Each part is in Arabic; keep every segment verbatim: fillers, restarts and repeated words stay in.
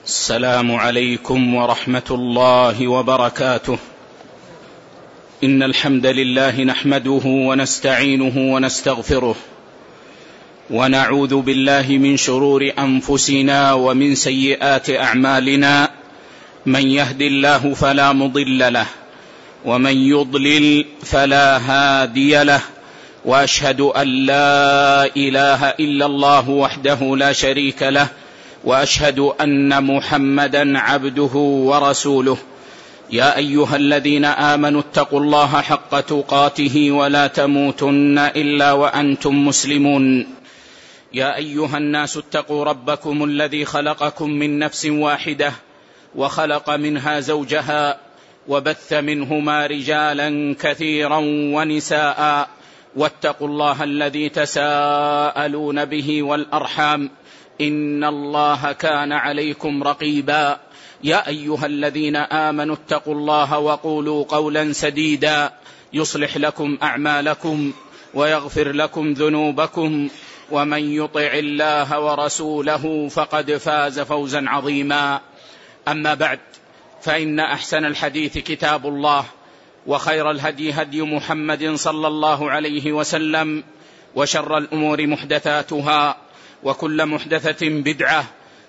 السلام عليكم ورحمة الله وبركاته. إن الحمد لله نحمده ونستعينه ونستغفره، ونعوذ بالله من شرور أنفسنا ومن سيئات أعمالنا. من يهد الله فلا مضل له، ومن يضلل فلا هادي له، وأشهد أن لا إله إلا الله وحده لا شريك له، وأشهد أن محمدا عبده ورسوله. يا أيها الذين آمنوا اتقوا الله حق تقاته ولا تموتن إلا وأنتم مسلمون. يا أيها الناس اتقوا ربكم الذي خلقكم من نفس واحدة، وخلق منها زوجها، وبث منهما رجالا كثيرا ونساء، واتقوا الله الذي تساءلون به والأرحام، إن الله كان عليكم رقيبا. يا أيها الذين آمنوا اتقوا الله وقولوا قولا سديدا يصلح لكم أعمالكم ويغفر لكم ذنوبكم، ومن يطع الله ورسوله فقد فاز فوزا عظيما. أما بعد، فإن أحسن الحديث كتاب الله، وخير الهدي هدي محمد صلى الله عليه وسلم، وشر الأمور محدثاتها، وكل محدثة بدعة،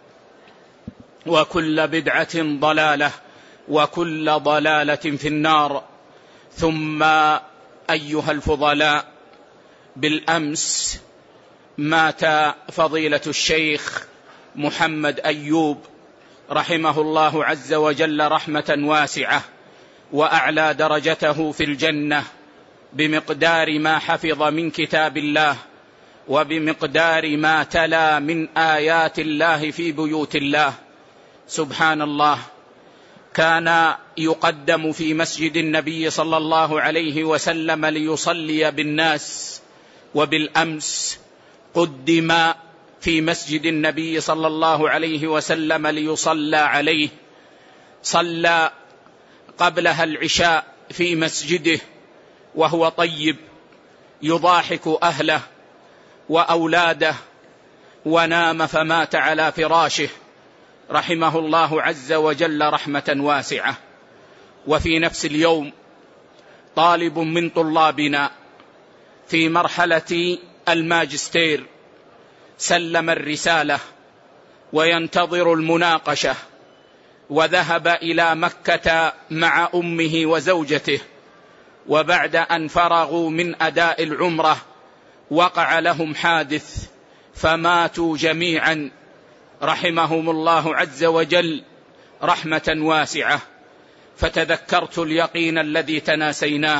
وكل بدعة ضلالة، وكل ضلالة في النار. ثم أيها الفضلاء، بالأمس مات فضيلة الشيخ محمد أيوب رحمه الله عز وجل رحمة واسعة، وأعلى درجته في الجنة بمقدار ما حفظ من كتاب الله، وبمقدار ما تلا من آيات الله في بيوت الله. سبحان الله، كان يقدم في مسجد النبي صلى الله عليه وسلم ليصلي بالناس، وبالأمس قدم في مسجد النبي صلى الله عليه وسلم ليصلى عليه. صلى قبلها العشاء في مسجده وهو طيب يضاحك أهله وأولاده، ونام فمات على فراشه رحمه الله عز وجل رحمة واسعة. وفي نفس اليوم طالب من طلابنا في مرحلة الماجستير سلم الرسالة وينتظر المناقشة، وذهب إلى مكة مع أمه وزوجته، وبعد أن فرغوا من أداء العمرة وقع لهم حادث فماتوا جميعا رحمهم الله عز وجل رحمة واسعة. فتذكرت اليقين الذي تناسيناه،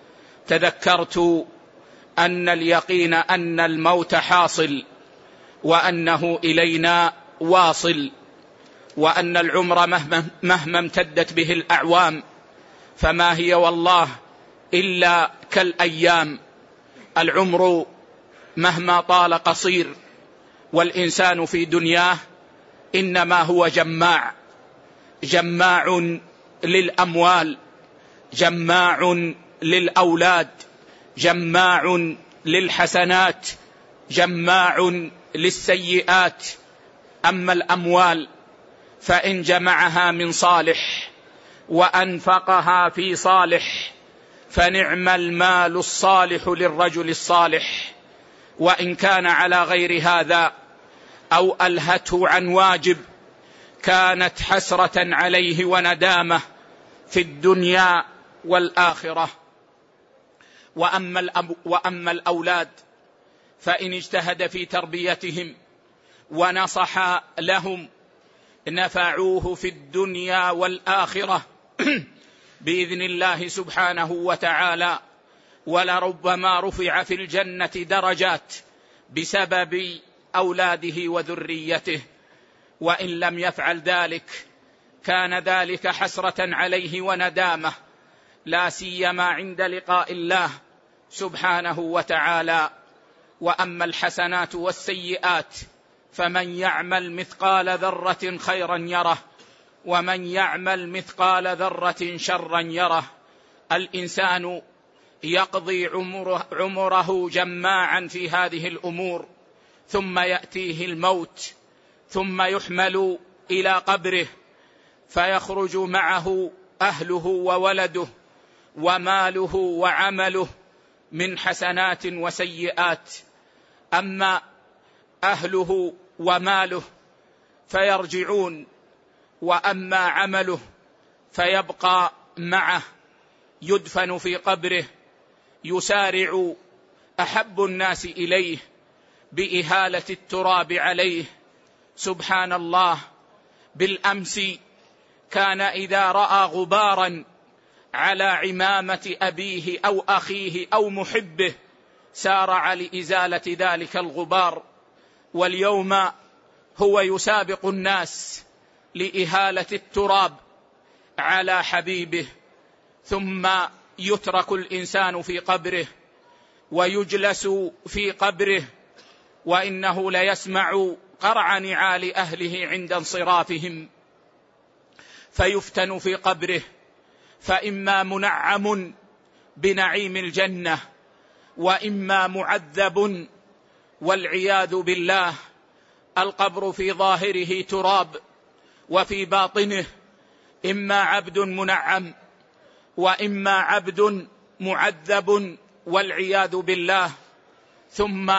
تذكرت أن اليقين أن الموت حاصل، وأنه إلينا واصل، وأن العمر مهما, مهما امتدت به الأعوام فما هي والله إلا كالأيام. العمر مهما طال قصير، والإنسان في دنياه إنما هو جماع، جماع للأموال، جماع للأولاد، جماع للحسنات، جماع للسيئات. أما الأموال فإن جمعها من صالح وأنفقها في صالح فنعم المال الصالح للرجل الصالح، وإن كان على غير هذا أو ألهته عن واجب كانت حسرة عليه وندامة في الدنيا والآخرة. وأما, الأب وأما الأولاد فإن اجتهد في تربيتهم ونصح لهم نفعوه في الدنيا والآخرة بإذن الله سبحانه وتعالى، ولربما رفع في الجنة درجات بسبب أولاده وذريته. وإن لم يفعل ذلك كان ذلك حسرة عليه وندامة، لا سيما عند لقاء الله سبحانه وتعالى. وأما الحسنات والسيئات فمن يعمل مثقال ذرة خيرا يره، ومن يعمل مثقال ذرة شرا يره. الإنسان يقضي عمره, عمره جماعا في هذه الأمور، ثم يأتيه الموت، ثم يحمل إلى قبره فيخرج معه أهله وولده وماله وعمله من حسنات وسيئات. أما أهله وماله فيرجعون، وأما عمله فيبقى معه يدفن في قبره. يسارع أحب الناس إليه بإهالة التراب عليه. سبحان الله، بالأمس كان إذا رأى غبارا على عمامة أبيه أو أخيه أو محبه سارع لإزالة ذلك الغبار، واليوم هو يسابق الناس لإهالة التراب على حبيبه. ثم يترك الإنسان في قبره ويجلس في قبره، وإنه ليسمع قرع نعال أهله عند انصرافهم، فيفتن في قبره، فإما منعم بنعيم الجنة وإما معذب والعياذ بالله. القبر في ظاهره تراب وفي باطنه إما عبد منعم وإما عبد معذب والعياذ بالله. ثم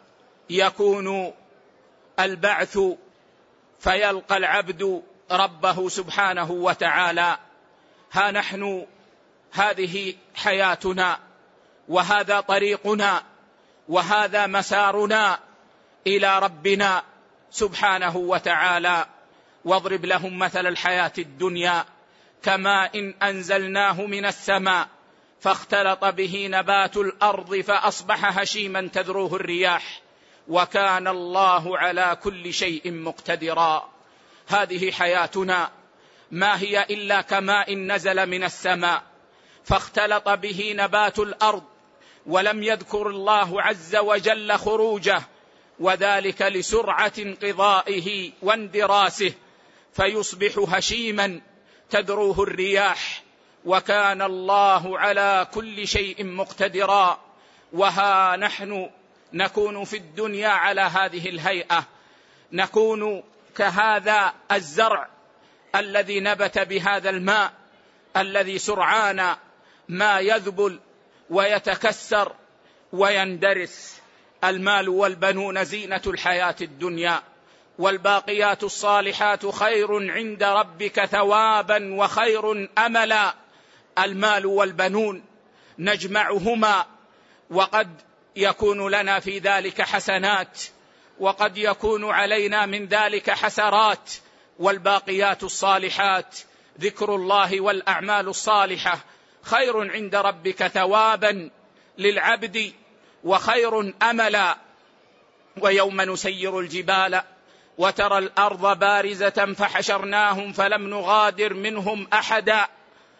يكون البعث فيلقى العبد ربه سبحانه وتعالى. ها نحن، هذه حياتنا وهذا طريقنا وهذا مسارنا إلى ربنا سبحانه وتعالى. واضرب لهم مثل الحياة الدنيا كماء أنزلناه من السماء فاختلط به نبات الأرض فأصبح هشيما تذروه الرياح وكان الله على كل شيء مقتدرا. هذه حياتنا، ما هي إلا كماء نزل من السماء فاختلط به نبات الأرض، ولم يذكر الله عز وجل خروجه، وذلك لسرعة انقضائه واندراسه، فيصبح هشيما تذروه الرياح وكان الله على كل شيء مقتدرا. وها نحن نكون في الدنيا على هذه الهيئة، نكون كهذا الزرع الذي نبت بهذا الماء الذي سرعان ما يذبل ويتكسر ويندرس. المال والبنون زينة الحياة الدنيا، والباقيات الصالحات خير عند ربك ثوابا وخير أملا. المال والبنون نجمعهما، وقد يكون لنا في ذلك حسنات وقد يكون علينا من ذلك حسرات، والباقيات الصالحات ذكر الله والأعمال الصالحة خير عند ربك ثوابا للعبد وخير أملا. ويوم نسير الجبال وترى الأرض بارزة فحشرناهم فلم نغادر منهم أحدا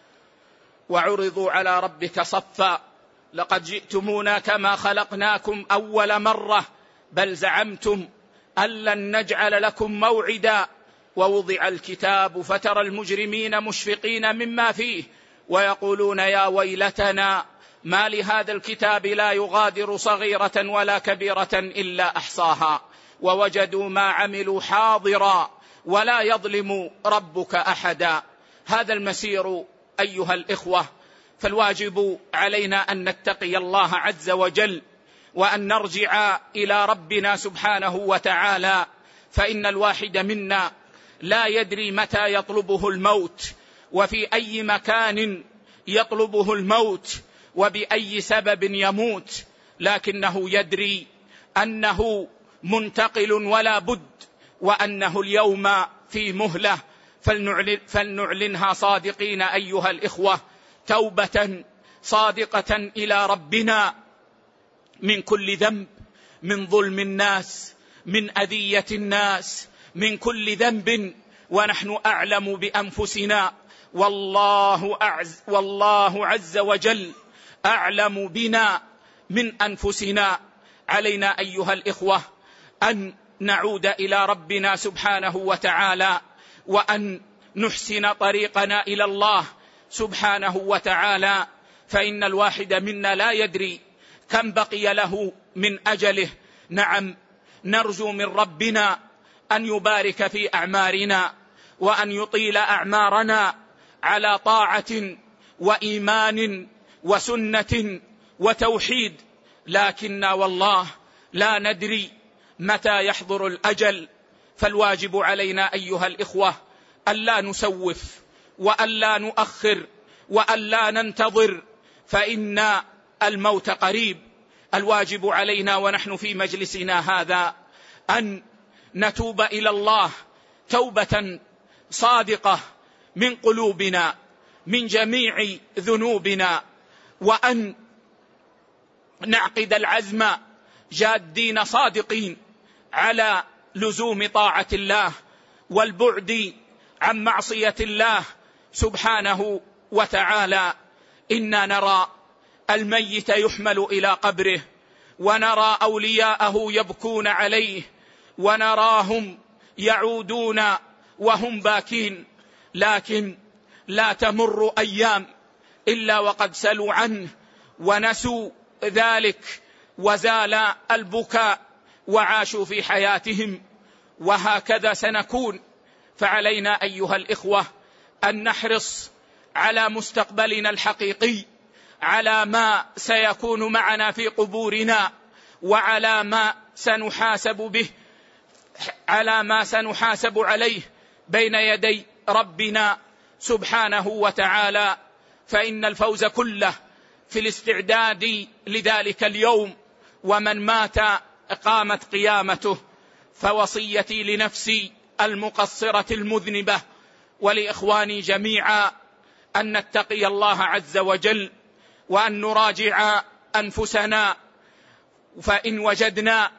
وعرضوا على ربك صفا لقد جئتمونا كما خلقناكم أول مرة بل زعمتم أن لن نجعل لكم موعدا ووضع الكتاب فترى المجرمين مشفقين مما فيه ويقولون يا ويلتنا ما لهذا الكتاب لا يغادر صغيرة ولا كبيرة إلا أحصاها ووجدوا ما عملوا حاضرا ولا يظلم ربك أحدا. هذا المسير أيها الإخوة، فالواجب علينا أن نتقي الله عز وجل وأن نرجع إلى ربنا سبحانه وتعالى، فإن الواحد منا لا يدري متى يطلبه الموت وفي أي مكان يطلبه الموت وبأي سبب يموت، لكنه يدري أنه منتقل ولا بد، وأنه اليوم في مهلة، فلنعلن فلنعلنها صادقين أيها الإخوة، توبة صادقة إلى ربنا من كل ذنب، من ظلم الناس، من أذية الناس، من كل ذنب، ونحن أعلم بأنفسنا والله أعز والله عز وجل أعلم بنا من أنفسنا. علينا أيها الإخوة أن نعود إلى ربنا سبحانه وتعالى وأن نحسن طريقنا إلى الله سبحانه وتعالى، فإن الواحد منا لا يدري كم بقي له من أجله. نعم، نرجو من ربنا أن يبارك في أعمارنا وأن يطيل أعمارنا على طاعة وإيمان وسنة وتوحيد، لكن والله لا ندري متى يحضر الأجل، فالواجب علينا أيها الإخوة ألا نسوف وألا نؤخر وألا ننتظر، فإن الموت قريب. الواجب علينا ونحن في مجلسنا هذا أن نتوب إلى الله توبة صادقة من قلوبنا من جميع ذنوبنا، وأن نعقد العزم جادين صادقين على لزوم طاعة الله والبعد عن معصية الله سبحانه وتعالى. إنا نرى الميت يحمل إلى قبره، ونرى أولياءه يبكون عليه، ونراهم يعودون وهم باكين، لكن لا تمر أيام إلا وقد سلوا عنه ونسوا ذلك وزال البكاء وعاشوا في حياتهم، وهكذا سنكون. فعلينا أيها الإخوة أن نحرص على مستقبلنا الحقيقي، على ما سيكون معنا في قبورنا، وعلى ما سنحاسب به على ما سنحاسب عليه بين يدي ربنا سبحانه وتعالى. فإن الفوز كله في الاستعداد لذلك اليوم، ومن مات قامت قيامته. فوصيتي لنفسي المقصرة المذنبة ولإخواني جميعا أن نتقي الله عز وجل، وأن نراجع أنفسنا، فإن وجدنا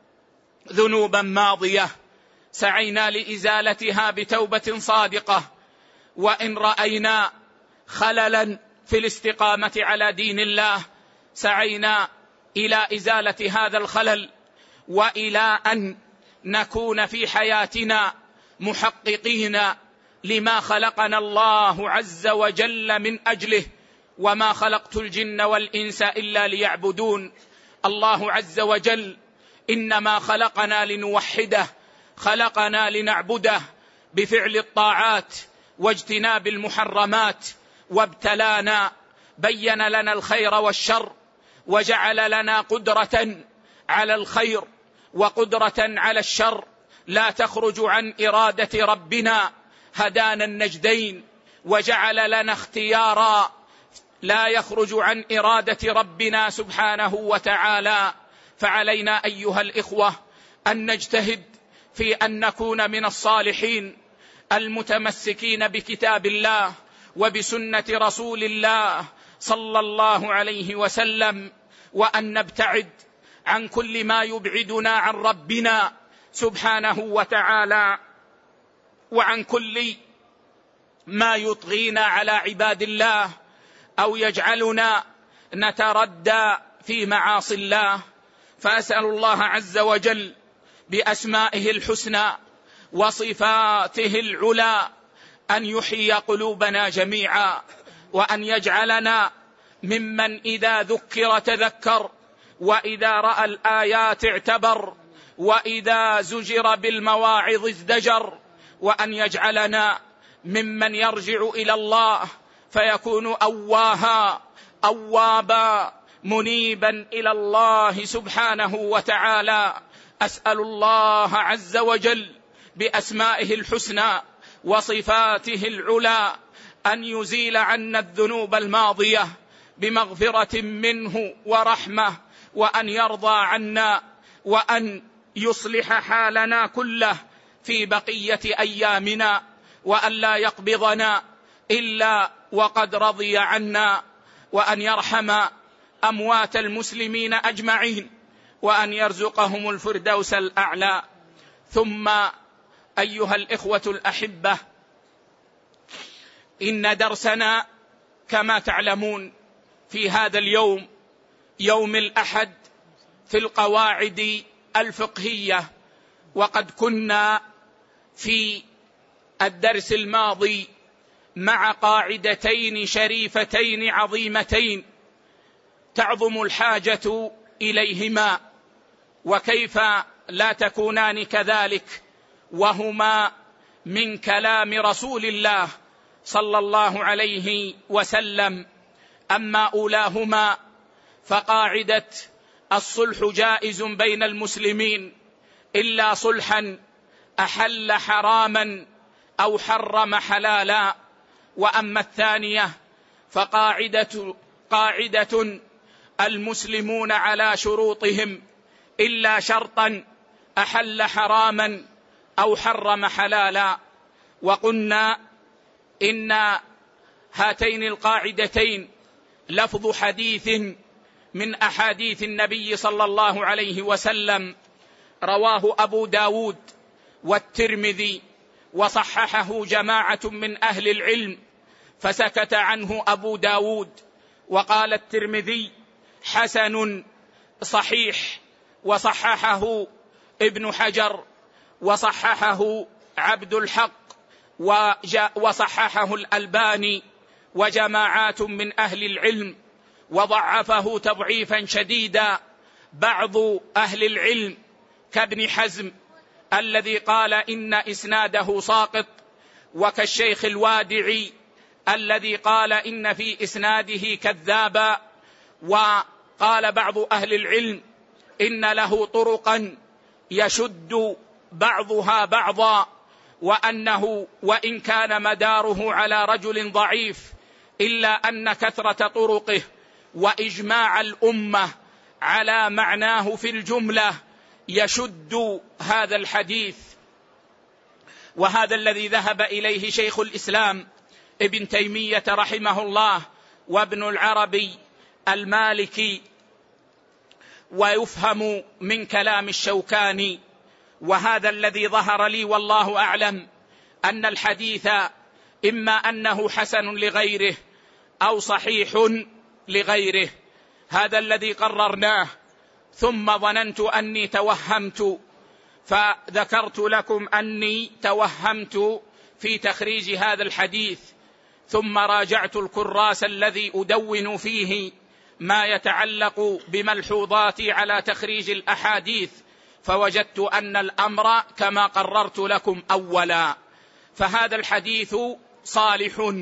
ذنوبا ماضية سعينا لإزالتها بتوبة صادقة، وإن رأينا خللا في الاستقامة على دين الله سعينا إلى إزالة هذا الخلل، وإلى أن نكون في حياتنا محققين لما خلقنا الله عز وجل من أجله، وما خلقت الجن والإنس إلا ليعبدون. الله عز وجل إنما خلقنا لنوحده، خلقنا لنعبده بفعل الطاعات واجتناب المحرمات، وابتلانا بين لنا الخير والشر، وجعل لنا قدرة على الخير وقدرة على الشر لا تخرج عن إرادة ربنا. هدانا النجدين وجعل لنا اختيارا لا يخرج عن إرادة ربنا سبحانه وتعالى. فعلينا أيها الإخوة أن نجتهد في أن نكون من الصالحين المتمسكين بكتاب الله وبسنة رسول الله صلى الله عليه وسلم، وأن نبتعد عن كل ما يبعدنا عن ربنا سبحانه وتعالى، وعن كل ما يطغينا على عباد الله أو يجعلنا نتردى في معاصي الله. فأسأل الله عز وجل بأسمائه الحسنى وصفاته العلى أن يحيي قلوبنا جميعا، وأن يجعلنا ممن إذا ذكر تذكر، وإذا رأى الآيات اعتبر، وإذا زجر بالمواعظ ازدجر، وأن يجعلنا ممن يرجع إلى الله فيكون أواها أوابا منيبا إلى الله سبحانه وتعالى. أسأل الله عز وجل بأسمائه الحسنى وصفاته العلى أن يزيل عنا الذنوب الماضية بمغفرة منه ورحمة، وأن يرضى عنا، وأن يصلح حالنا كله في بقية أيامنا، وأن لا يقبضنا إلا وقد رضي عنا، وأن يرحم أموات المسلمين أجمعين، وأن يرزقهم الفردوس الأعلى. ثم أيها الإخوة الأحبة، إن درسنا كما تعلمون في هذا اليوم يوم الأحد في القواعد الفقهية، وقد كنا في الدرس الماضي مع قاعدتين شريفتين عظيمتين تعظم الحاجة إليهما، وكيف لا تكونان كذلك وهما من كلام رسول الله صلى الله عليه وسلم. أما أولاهما فقاعدة الصلح جائز بين المسلمين إلا صلحا أحل حراما أو حرم حلالا. وأما الثانية فقاعدة قاعدة المسلمون على شروطهم إلا شرطا أحل حراما أو حرم حلالا. وقلنا إن هاتين القاعدتين لفظ حديث من أحاديث النبي صلى الله عليه وسلم، رواه أبو داود والترمذي وصححه جماعة من أهل العلم، فسكت عنه أبو داود، وقال الترمذي حسن صحيح، وصححه ابن حجر، وصححه عبد الحق، وصححه الألباني وجماعات من أهل العلم، وضعفه تضعيفا شديدا بعض أهل العلم كابن حزم الذي قال إن إسناده ساقط، وكالشيخ الوادعي الذي قال إن في إسناده كذابا. وقال بعض أهل العلم إن له طرقا يشد بعضها بعضا، وأنه وإن كان مداره على رجل ضعيف إلا أن كثرة طرقه وإجماع الأمة على معناه في الجملة يشد هذا الحديث. وهذا الذي ذهب إليه شيخ الإسلام ابن تيمية رحمه الله وابن العربي المالكي، ويفهم من كلام الشوكاني. وهذا الذي ظهر لي والله أعلم أن الحديث إما أنه حسن لغيره أو صحيح لغيره، هذا الذي قررناه. ثم ظننت أني توهمت، فذكرت لكم أني توهمت في تخريج هذا الحديث، ثم راجعت الكراس الذي أدون فيه ما يتعلق بملحوظاتي على تخريج الأحاديث، فوجدت أن الأمر كما قررت لكم أولا. فهذا الحديث صالح،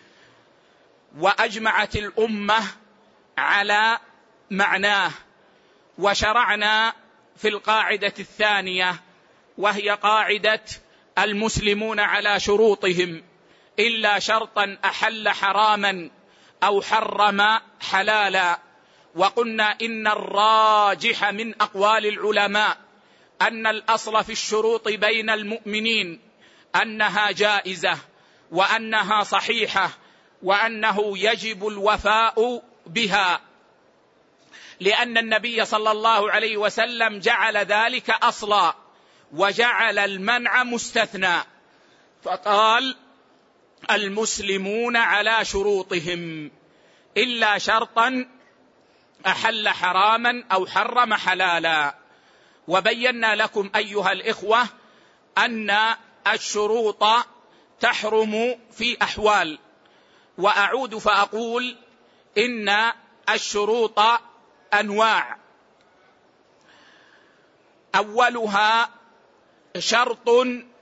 وأجمعت الأمة على معناه. وشرعنا في القاعدة الثانية، وهي قاعدة المسلمون على شروطهم إلا شرطا أحل حراما أو حرم حلالا. وقلنا إن الراجح من أقوال العلماء أن الأصل في الشروط بين المؤمنين أنها جائزة وأنها صحيحة وأنه يجب الوفاء بها، لأن النبي صلى الله عليه وسلم جعل ذلك أصلا وجعل المنع مستثنى، فقال المسلمون على شروطهم إلا شرطا أحل حراما أو حرم حلالا. وبينا لكم أيها الإخوة أن الشروط تحرم في أحوال، وأعود فأقول إن الشروط أنواع. أولها شرط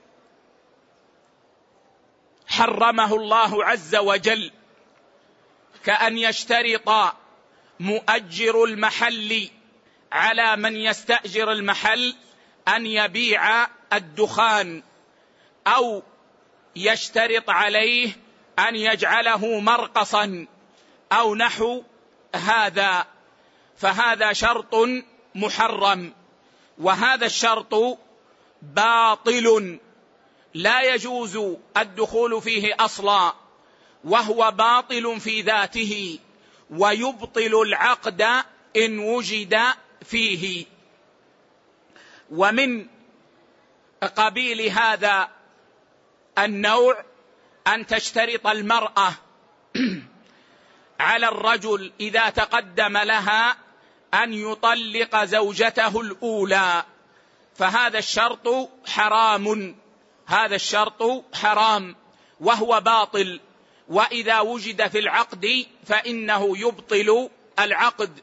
حرمه الله عز وجل، كأن يشترط مؤجر المحل على من يستأجر المحل أن يبيع الدخان، أو يشترط عليه أن يجعله مرقصا أو نحو هذا، فهذا شرط محرم، وهذا الشرط باطل لا يجوز الدخول فيه أصلا، وهو باطل في ذاته، ويبطل العقد إن وجد فيه. ومن قبيل هذا النوع أن تشترط المرأة على الرجل إذا تقدم لها أن يطلق زوجته الأولى، فهذا الشرط حرام، هذا الشرط حرام وهو باطل، وإذا وجد في العقد فإنه يبطل العقد.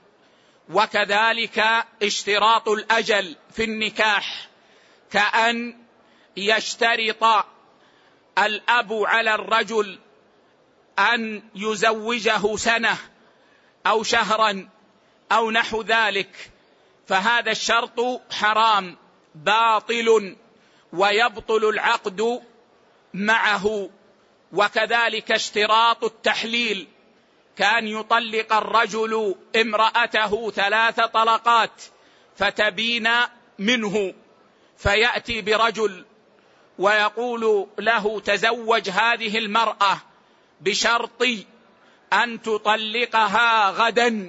وكذلك اشتراط الأجل في النكاح، كأن يشترط الأب على الرجل أن يزوجه سنة أو شهرا أو نحو ذلك، فهذا الشرط حرام باطل ويبطل العقد معه. وكذلك اشتراط التحليل، كان يطلق الرجل امرأته ثلاث طلقات فتبين منه، فيأتي برجل ويقول له تزوج هذه المرأة بشرط أن تطلقها غدا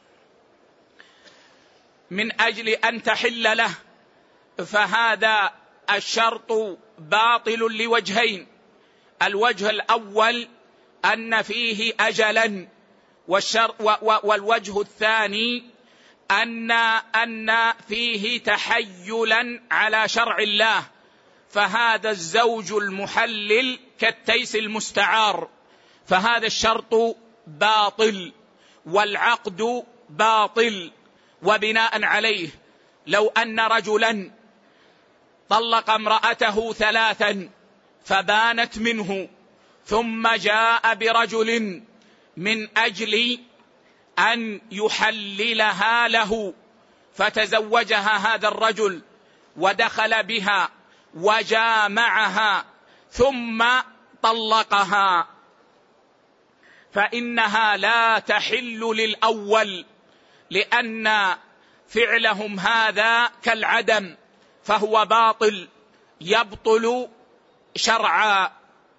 من أجل أن تحل له، فهذا الشرط باطل لوجهين. الوجه الأول أن فيه أجلا، والوجه الثاني أن أن فيه تحيلا على شرع الله، فهذا الزوج المحلل كالتيس المستعار، فهذا الشرط باطل والعقد باطل. وبناء عليه لو أن رجلا طلق امرأته ثلاثا فبانت منه، ثم جاء برجل من أجل أن يحللها له، فتزوجها هذا الرجل ودخل بها وجامعها ثم طلقها، فإنها لا تحل للأول، لأن فعلهم هذا كالعدم، فهو باطل يبطل شرعا.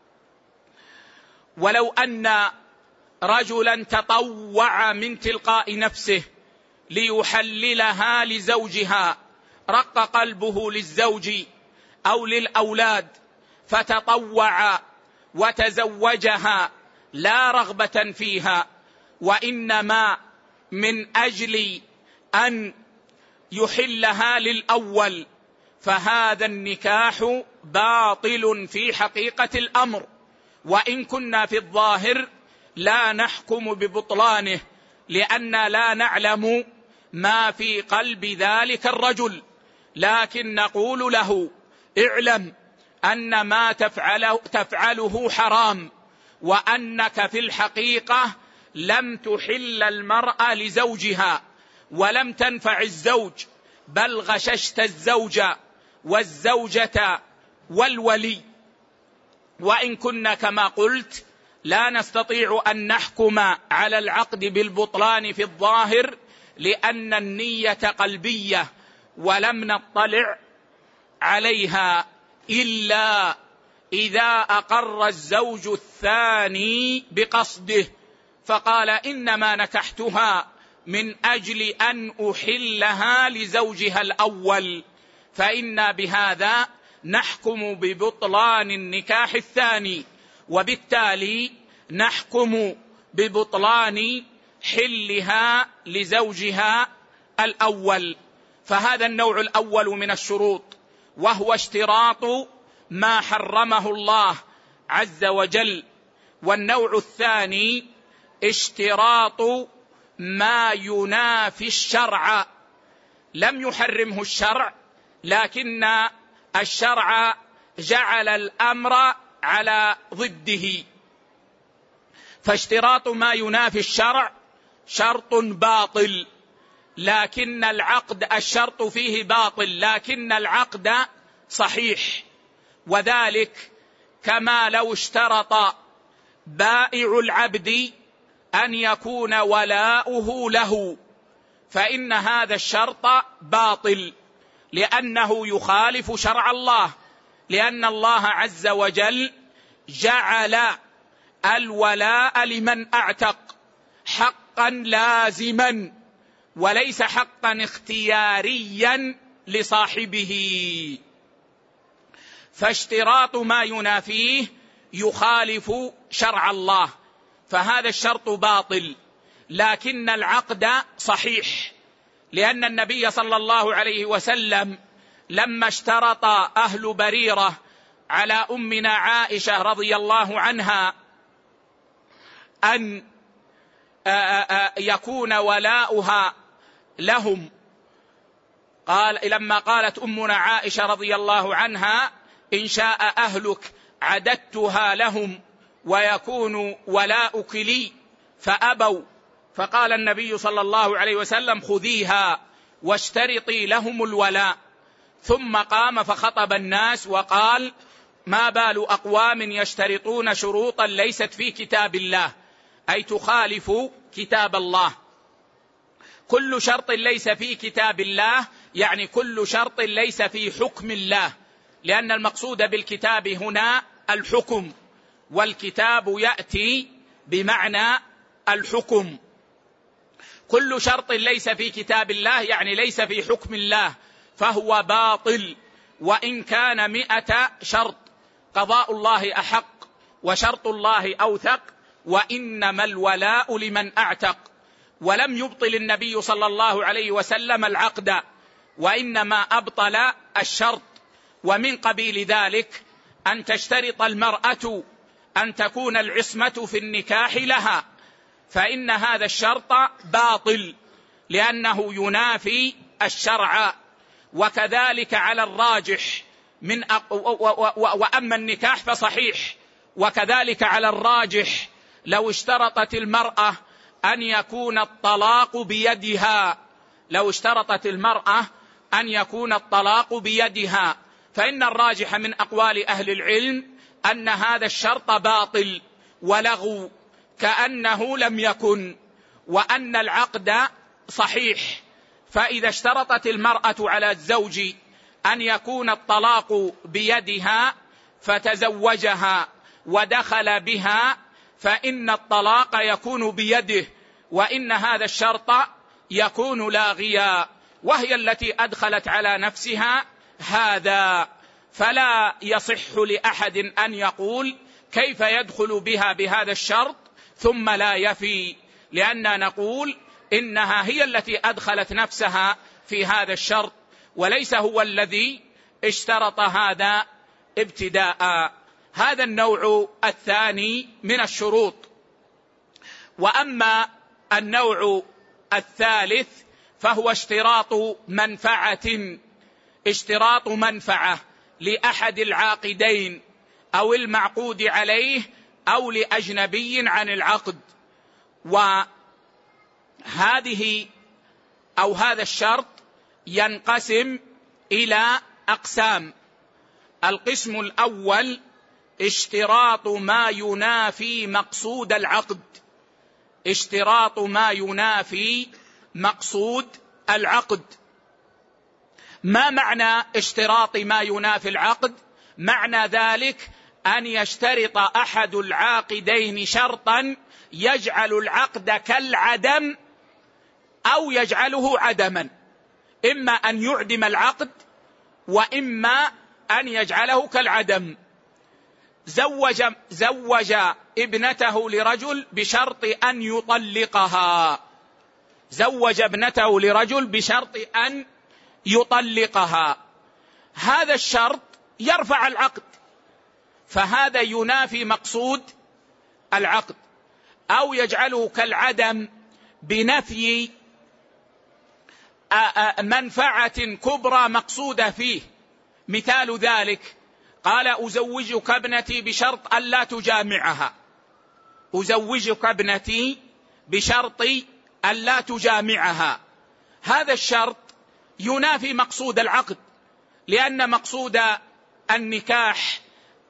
ولو أن رجلا تطوع من تلقاء نفسه ليحللها لزوجها، رق قلبه للزوج أو للأولاد فتطوع وتزوجها لا رغبة فيها، وإنما من أجل أن يحلها للأول، فهذا النكاح باطل في حقيقة الأمر، وإن كنا في الظاهر لا نحكم ببطلانه، لأن لا نعلم ما في قلب ذلك الرجل، لكن نقول له اعلم أن ما تفعله, تفعله حرام، وأنك في الحقيقة لم تحل المرأة لزوجها ولم تنفع الزوج، بل غششت الزوج والزوجة والولي. وإن كنا كما قلت لا نستطيع أن نحكم على العقد بالبطلان في الظاهر، لأن النية قلبية ولم نطلع عليها إلا إذا أقر الزوج الثاني بقصده فقال إنما نكحتها من أجل أن أحلها لزوجها الأول، فإنا بهذا نحكم ببطلان النكاح الثاني، وبالتالي نحكم ببطلان حلها لزوجها الأول. فهذا النوع الأول من الشروط، وهو اشتراط ما حرمه الله عز وجل. والنوع الثاني اشتراط ما ينافي الشرع، لم يحرمه الشرع لكن الشرع جعل الأمر على ضده، فاشتراط ما ينافي الشرع شرط باطل، لكن العقد الشرط فيه باطل لكن العقد صحيح. وذلك كما لو اشترط بائع العبد أن يكون ولاؤه له، فإن هذا الشرط باطل لأنه يخالف شرع الله، لأن الله عز وجل جعل الولاء لمن اعتق حقا لازما وليس حقا اختياريا لصاحبه، فاشتراط ما ينافيه يخالف شرع الله، فهذا الشرط باطل، لكن العقد صحيح، لأن النبي صلى الله عليه وسلم لما اشترط أهل بريرة على أمنا عائشة رضي الله عنها أن يكون ولاؤها لهم، قال لما قالت أمنا عائشة رضي الله عنها إن شاء أهلك عددتها لهم ويكون ولاؤك لي فأبوا، فقال النبي صلى الله عليه وسلم خذيها واشترطي لهم الولاء. ثم قام فخطب الناس وقال ما بال أقوام يشترطون شروطا ليست في كتاب الله، أي تخالف كتاب الله. كل شرط ليس في كتاب الله يعني كل شرط ليس في حكم الله، لأن المقصود بالكتاب هنا الحكم، والكتاب يأتي بمعنى الحكم. كل شرط ليس في كتاب الله يعني ليس في حكم الله فهو باطل، وإن كان مئة شرط. قضاء الله أحق وشرط الله أوثق، وإنما الولاء لمن أعتق. ولم يبطل النبي صلى الله عليه وسلم العقد، وإنما أبطل الشرط. ومن قبيل ذلك أن تشترط المرأة أن تكون العصمة في النكاح لها، فإن هذا الشرط باطل لأنه ينافي الشرع. وكذلك على الراجح من أق... و... و... و... وأما النكاح فصحيح. وكذلك على الراجح لو اشترطت المرأة أن يكون الطلاق بيدها، لو اشترطت المرأة أن يكون الطلاق بيدها، فإن الراجح من أقوال أهل العلم أن هذا الشرط باطل ولغو كأنه لم يكن، وأن العقد صحيح. فإذا اشترطت المرأة على الزوج أن يكون الطلاق بيدها فتزوجها ودخل بها فإن الطلاق يكون بيده، وإن هذا الشرط يكون لاغيا، وهي التي أدخلت على نفسها هذا. فلا يصح لأحد أن يقول كيف يدخل بها بهذا الشرط ثم لا يفي، لأننا نقول إنها هي التي أدخلت نفسها في هذا الشرط، وليس هو الذي اشترط هذا ابتداء. هذا النوع الثاني من الشروط. وأما النوع الثالث فهو اشتراط منفعة، اشتراط منفعة لأحد العاقدين أو المعقود عليه أو لأجنبي عن العقد. وهذه أو هذا الشرط ينقسم إلى أقسام. القسم الأول اشتراط ما ينافي مقصود العقد، اشتراط ما ينافي مقصود العقد. ما معنى اشتراط ما ينافي العقد؟ معنى ذلك أن يشترط أحد العاقدين شرطا يجعل العقد كالعدم أو يجعله عدما، إما أن يعدم العقد وإما أن يجعله كالعدم. زوج, زوج ابنته لرجل بشرط أن يطلقها، زوج ابنته لرجل بشرط أن يطلقها، هذا الشرط يرفع العقد، فهذا ينافي مقصود العقد، أو يجعله كالعدم بنفي منفعة كبرى مقصودة فيه. مثال ذلك قال أزوجك ابنتي بشرط أن لا تجامعها، أزوجك ابنتي بشرط أن لا تجامعها، هذا الشرط ينافي مقصود العقد، لأن مقصود النكاح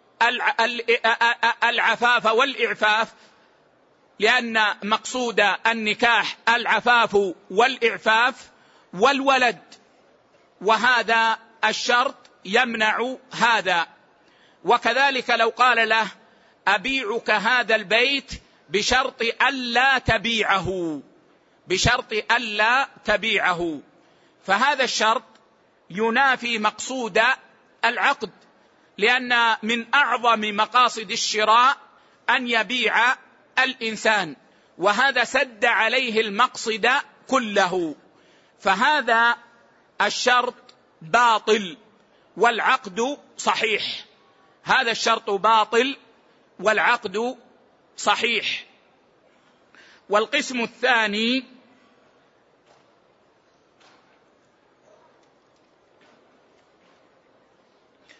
العفاف والإعفاف، لأن مقصود النكاح العفاف والإعفاف والولد، وهذا الشرط يمنع هذا. وكذلك لو قال له أبيعك هذا البيت بشرط ألا تبيعه، بشرط ألا تبيعه، فهذا الشرط ينافي مقصود العقد، لأن من أعظم مقاصد الشراء أن يبيع الإنسان، وهذا سد عليه المقصد كله، فهذا الشرط باطل والعقد صحيح، هذا الشرط باطل والعقد صحيح. والقسم الثاني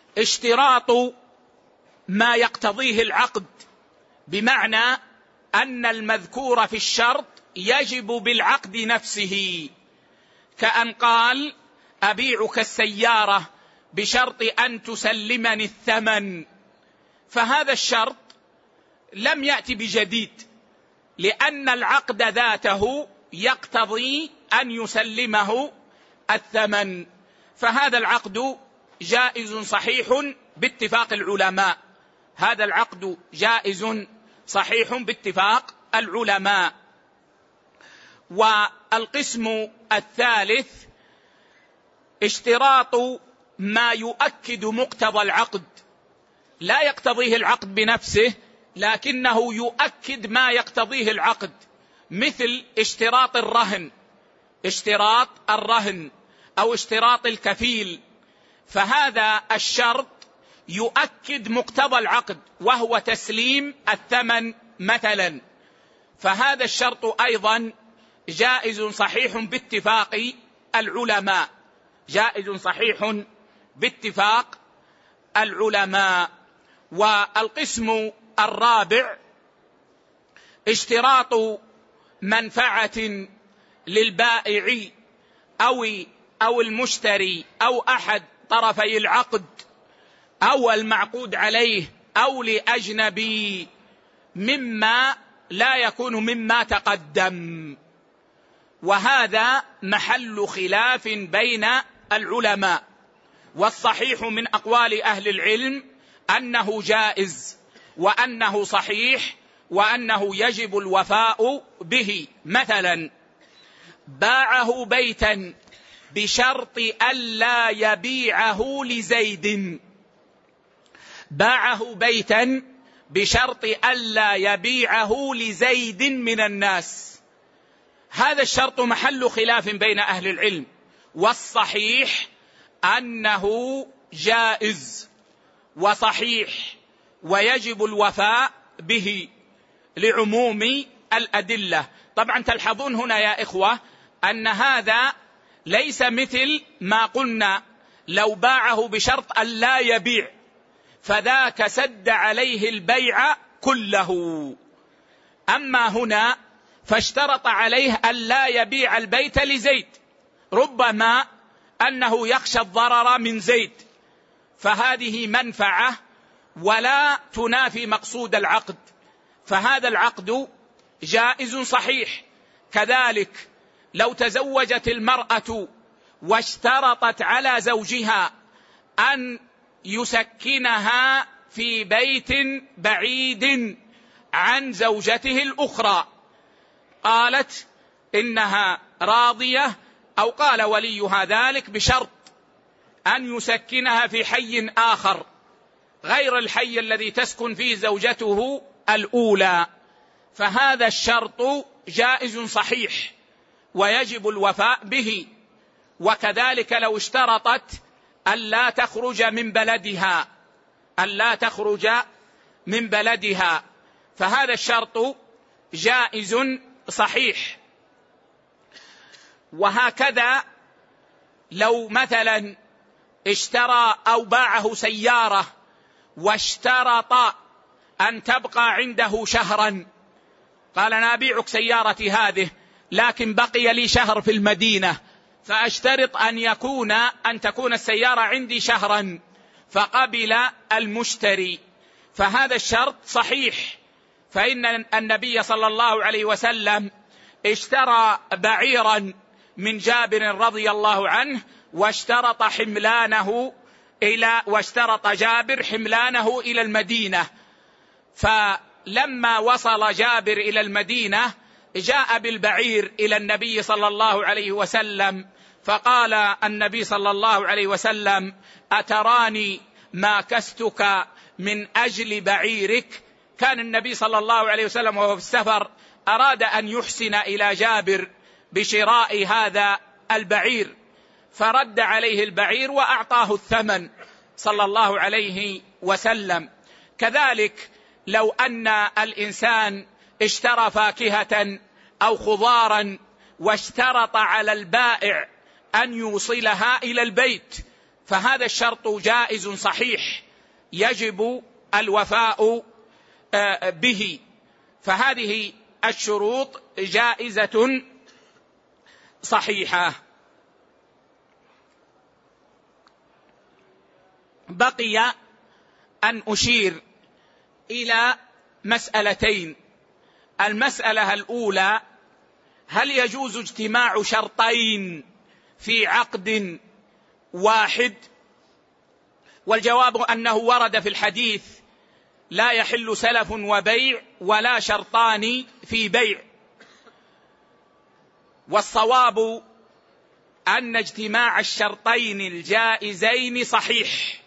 اشتراط ما يقتضيه العقد، بمعنى أن المذكور في الشرط يجب بالعقد نفسه، كأن قال أبيعك السيارة بشرط أن تسلمني الثمن، فهذا الشرط لم يأتي بجديد، لأن العقد ذاته يقتضي أن يسلمه الثمن، فهذا العقد جائز صحيح باتفاق العلماء. هذا العقد جائز صحيح باتفاق العلماء. والقسم الثالث اشتراط ما يؤكد مقتضى العقد، لا يقتضيه العقد بنفسه لكنه يؤكد ما يقتضيه العقد، مثل اشتراط الرهن اشتراط الرهن أو اشتراط الكفيل، فهذا الشرط يؤكد مقتضى العقد وهو تسليم الثمن مثلا، فهذا الشرط أيضا جائز صحيح باتفاق العلماء، جائز صحيح باتفاق العلماء. والقسم الرابع اشتراط منفعة للبائع أو أو المشتري أو أحد طرفي العقد أو المعقود عليه أو لأجنبي مما لا يكون مما تقدم، وهذا محل خلاف بين العلماء، والصحيح من أقوال أهل العلم أنه جائز وأنه صحيح وأنه يجب الوفاء به. مثلا باعه بيتا بشرط ألا يبيعه لزيد، باعه بيتا بشرط ألا يبيعه لزيد من الناس، هذا الشرط محل خلاف بين أهل العلم، والصحيح أنه جائز وصحيح ويجب الوفاء به لعموم الأدلة. طبعا تلحظون هنا يا إخوة أن هذا ليس مثل ما قلنا لو باعه بشرط أن لا يبيع، فذاك سد عليه البيع كله، أما هنا فاشترط عليه أن لا يبيع البيت لزيد، ربما أنه يخشى الضرر من زيد، فهذه منفعة ولا تنافي مقصود العقد، فهذا العقد جائز صحيح. كذلك لو تزوجت المرأة واشترطت على زوجها أن يسكنها في بيت بعيد عن زوجته الأخرى، قالت إنها راضية أو قال وليها ذلك بشرط أن يسكنها في حي آخر غير الحي الذي تسكن فيه زوجته الأولى، فهذا الشرط جائز صحيح ويجب الوفاء به. وكذلك لو اشترطت ألا تخرج من بلدها ألا تخرج من بلدها فهذا الشرط جائز صحيح. وهكذا لو مثلا اشترى أو باعه سيارة واشترط أن تبقى عنده شهرا، قال أنا أبيعك سيارتي هذه لكن بقي لي شهر في المدينة، فأشترط أن يكون أن تكون السيارة عندي شهرا، فقبل المشتري، فهذا الشرط صحيح، فإن النبي صلى الله عليه وسلم اشترى بعيرا من جابر رضي الله عنه واشترط حملانه إلى واشترط جابر حملانه إلى المدينة، فلما وصل جابر إلى المدينة جاء بالبعير إلى النبي صلى الله عليه وسلم، فقال النبي صلى الله عليه وسلم أتراني ما كستك من أجل بعيرك؟ كان النبي صلى الله عليه وسلم وهو في السفر أراد أن يحسن إلى جابر بشراء هذا البعير، فرد عليه البعير وأعطاه الثمن صلى الله عليه وسلم. كذلك لو أن الإنسان اشترى فاكهة أو خضارا واشترط على البائع أن يوصلها إلى البيت، فهذا الشرط جائز صحيح يجب الوفاء به. فهذه الشروط جائزة صحيحة. بقي أن أشير إلى مسألتين. المسألة الأولى: هل يجوز اجتماع شرطين في عقد واحد؟ والجواب أنه ورد في الحديث: لا يحل سلف وبيع ولا شرطان في بيع. والصواب أن اجتماع الشرطين الجائزين صحيح،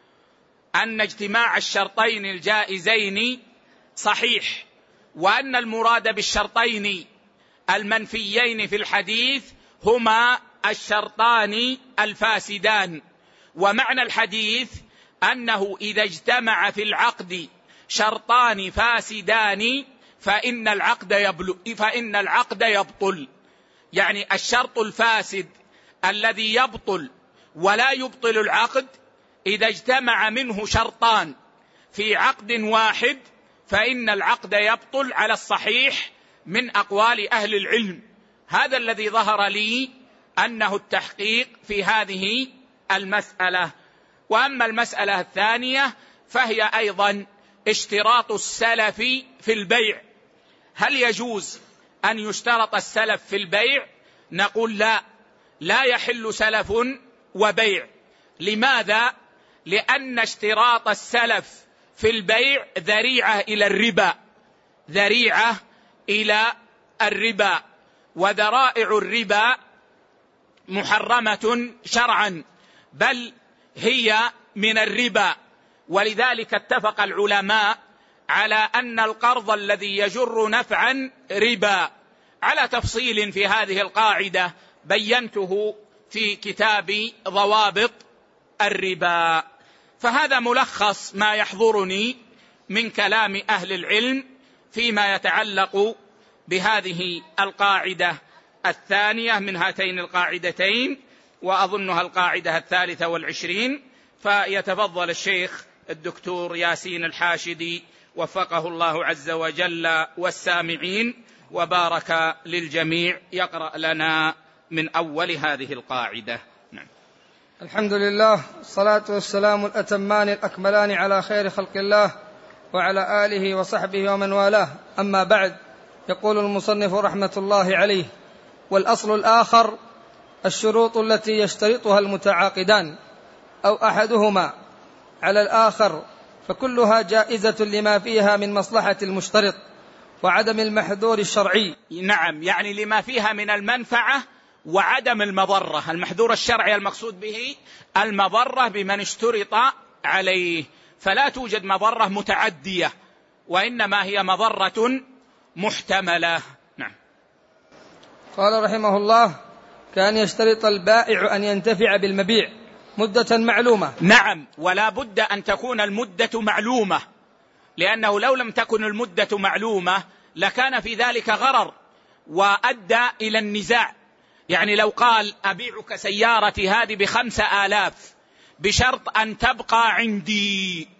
أن اجتماع الشرطين الجائزين صحيح، وأن المراد بالشرطين المنفيين في الحديث هما الشرطان الفاسدان. ومعنى الحديث أنه إذا اجتمع في العقد شرطان فاسدان فإن العقد يبطل، فإن العقد يبطل. يعني الشرط الفاسد الذي يبطل ولا يبطل العقد إذا اجتمع منه شرطان في عقد واحد فإن العقد يبطل على الصحيح من أقوال أهل العلم. هذا الذي ظهر لي أنه التحقيق في هذه المسألة. وأما المسألة الثانية فهي أيضا اشتراط السلف في البيع. هل يجوز أن يشترط السلف في البيع؟ نقول لا، لا يحل سلف وبيع. لماذا؟ لأن اشتراط السلف في البيع ذريعة إلى الربا، ذريعة إلى الربا، وذرائع الربا محرمة شرعا، بل هي من الربا. ولذلك اتفق العلماء على أن القرض الذي يجر نفعا ربا، على تفصيل في هذه القاعدة بينته في كتاب ضوابط الربا. فهذا ملخص ما يحضرني من كلام أهل العلم فيما يتعلق بهذه القاعدة الثانية من هاتين القاعدتين، وأظنها القاعدة الثالثة والعشرين. فيتفضل الشيخ الدكتور ياسين الحاشدي وفقه الله عز وجل والسامعين وبارك للجميع يقرأ لنا من أول هذه القاعدة. نعم. الحمد لله، الصلاة والسلام الأتمان الأكملان على خير خلق الله وعلى آله وصحبه ومن والاه. أما بعد، يقول المصنف رحمة الله عليه: والأصل الآخر الشروط التي يشترطها المتعاقدان أو أحدهما على الآخر، فكلها جائزة لما فيها من مصلحة المشترط وعدم المحذور الشرعي. نعم، يعني لما فيها من المنفعة وعدم المضرة. المحذور الشرعي المقصود به المضرة بمن اشترط عليه، فلا توجد مضرة متعدية، وإنما هي مضرة محتملة. نعم. قال رحمه الله: كان يشترط البائع أن ينتفع بالمبيع مدة معلومة. نعم، ولا بد أن تكون المدة معلومة، لأنه لو لم تكن المدة معلومة لكان في ذلك غرر وأدى إلى النزاع. يعني لو قال: أبيعك سيارتي هذه بخمسة آلاف بشرط أن تبقى عندي،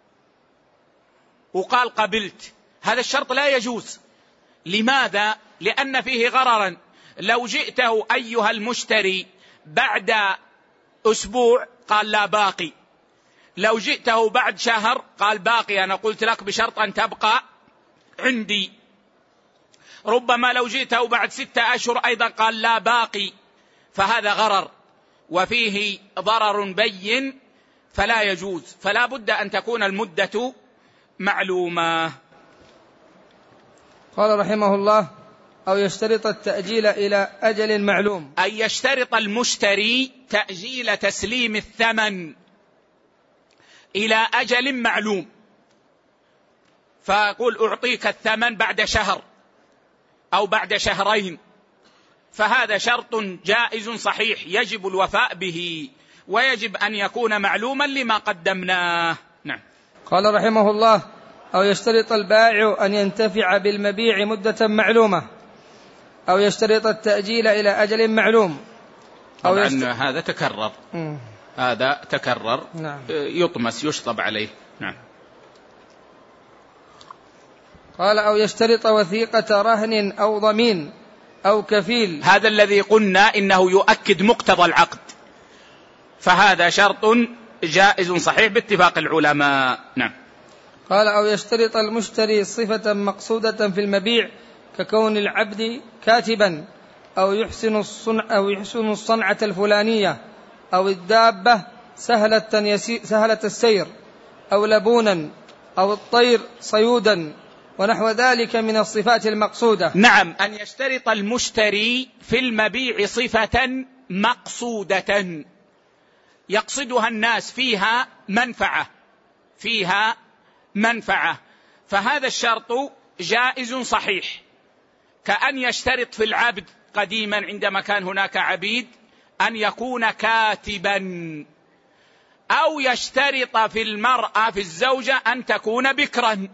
وقال قبلت، هذا الشرط لا يجوز. لماذا؟ لأن فيه غررا. لو جئته أيها المشتري بعد أسبوع قال لا باقي، لو جئته بعد شهر قال باقي، أنا قلت لك بشرط أن تبقى عندي. ربما لو جئته بعد ستة أشهر أيضا قال لا باقي، فهذا غرر وفيه ضرر بين فلا يجوز. فلا بد أن تكون المدة معلومة. قال رحمه الله: أو يشترط التأجيل إلى أجل معلوم. أن يشترط المشتري تأجيل تسليم الثمن إلى أجل معلوم، فأقول أعطيك الثمن بعد شهر أو بعد شهرين، فهذا شرط جائز صحيح يجب الوفاء به، ويجب أن يكون معلوما لما قدمناه. نعم. قال رحمه الله: أو يشترط البائع أن ينتفع بالمبيع مدة معلومة، أو يشترط التأجيل إلى أجل معلوم، أو طبعا يشترط... هذا تكرر. هذا تكرر. نعم. يطمس يشطب عليه. نعم. قال أو يشترط وثيقة رهن أو ضمين أو كفيل. هذا الذي قلنا إنه يؤكد مقتضى العقد، فهذا شرط جائز صحيح باتفاق العلماء. نعم. قال أو يشترط المشتري صفة مقصودة في المبيع ككون العبد كاتبا أو يحسن الصنع أو يحسن الصنعة الفلانية أو الدابة سهلة, سهلة السير أو لبونا أو الطير صيودا ونحو ذلك من الصفات المقصودة. نعم، أن يشترط المشتري في المبيع صفة مقصودة يقصدها الناس فيها منفعة فيها منفعة فهذا الشرط جائز صحيح، كأن يشترط في العبد قديما عندما كان هناك عبيد أن يكون كاتبا، أو يشترط في المرأة في الزوجة أن تكون بكرا.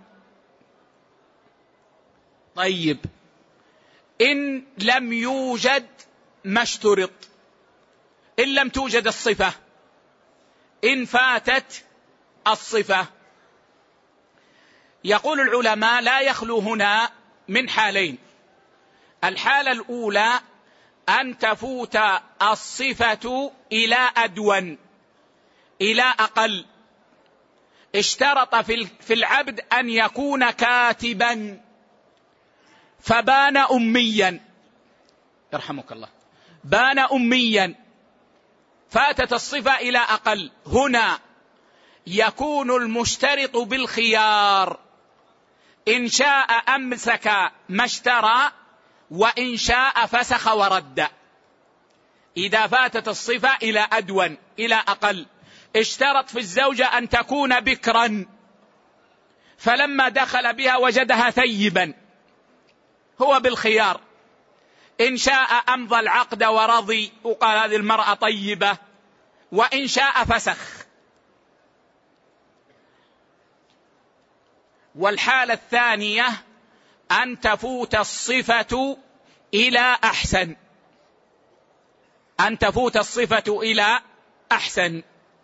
طيب، إن لم يوجد ما اشترط، إن لم توجد الصفة، إن فاتت الصفة، يقول العلماء لا يخلو هنا من حالين. الحالة الأولى أن تفوت الصفة إلى أدون، إلى أقل. اشترط في العبد أن يكون كاتبا فبان أميا، يرحمك الله، بان أميا، فاتت الصفة إلى أقل. هنا يكون المشترط بالخيار، إن شاء أمسك ما اشترى وإن شاء فسخ ورد. إذا فاتت الصفة إلى أدون إلى أقل، اشترط في الزوجة أن تكون بكرا، فلما دخل بها وجدها ثيبا، هو بالخيار، إن شاء أمضى العقد ورضي وقال هذه المرأة طيبة، وإن شاء فسخ. والحالة الثانية أن تفوت الصفة إلى أحسن، أن تفوت الصفة إلى أحسن،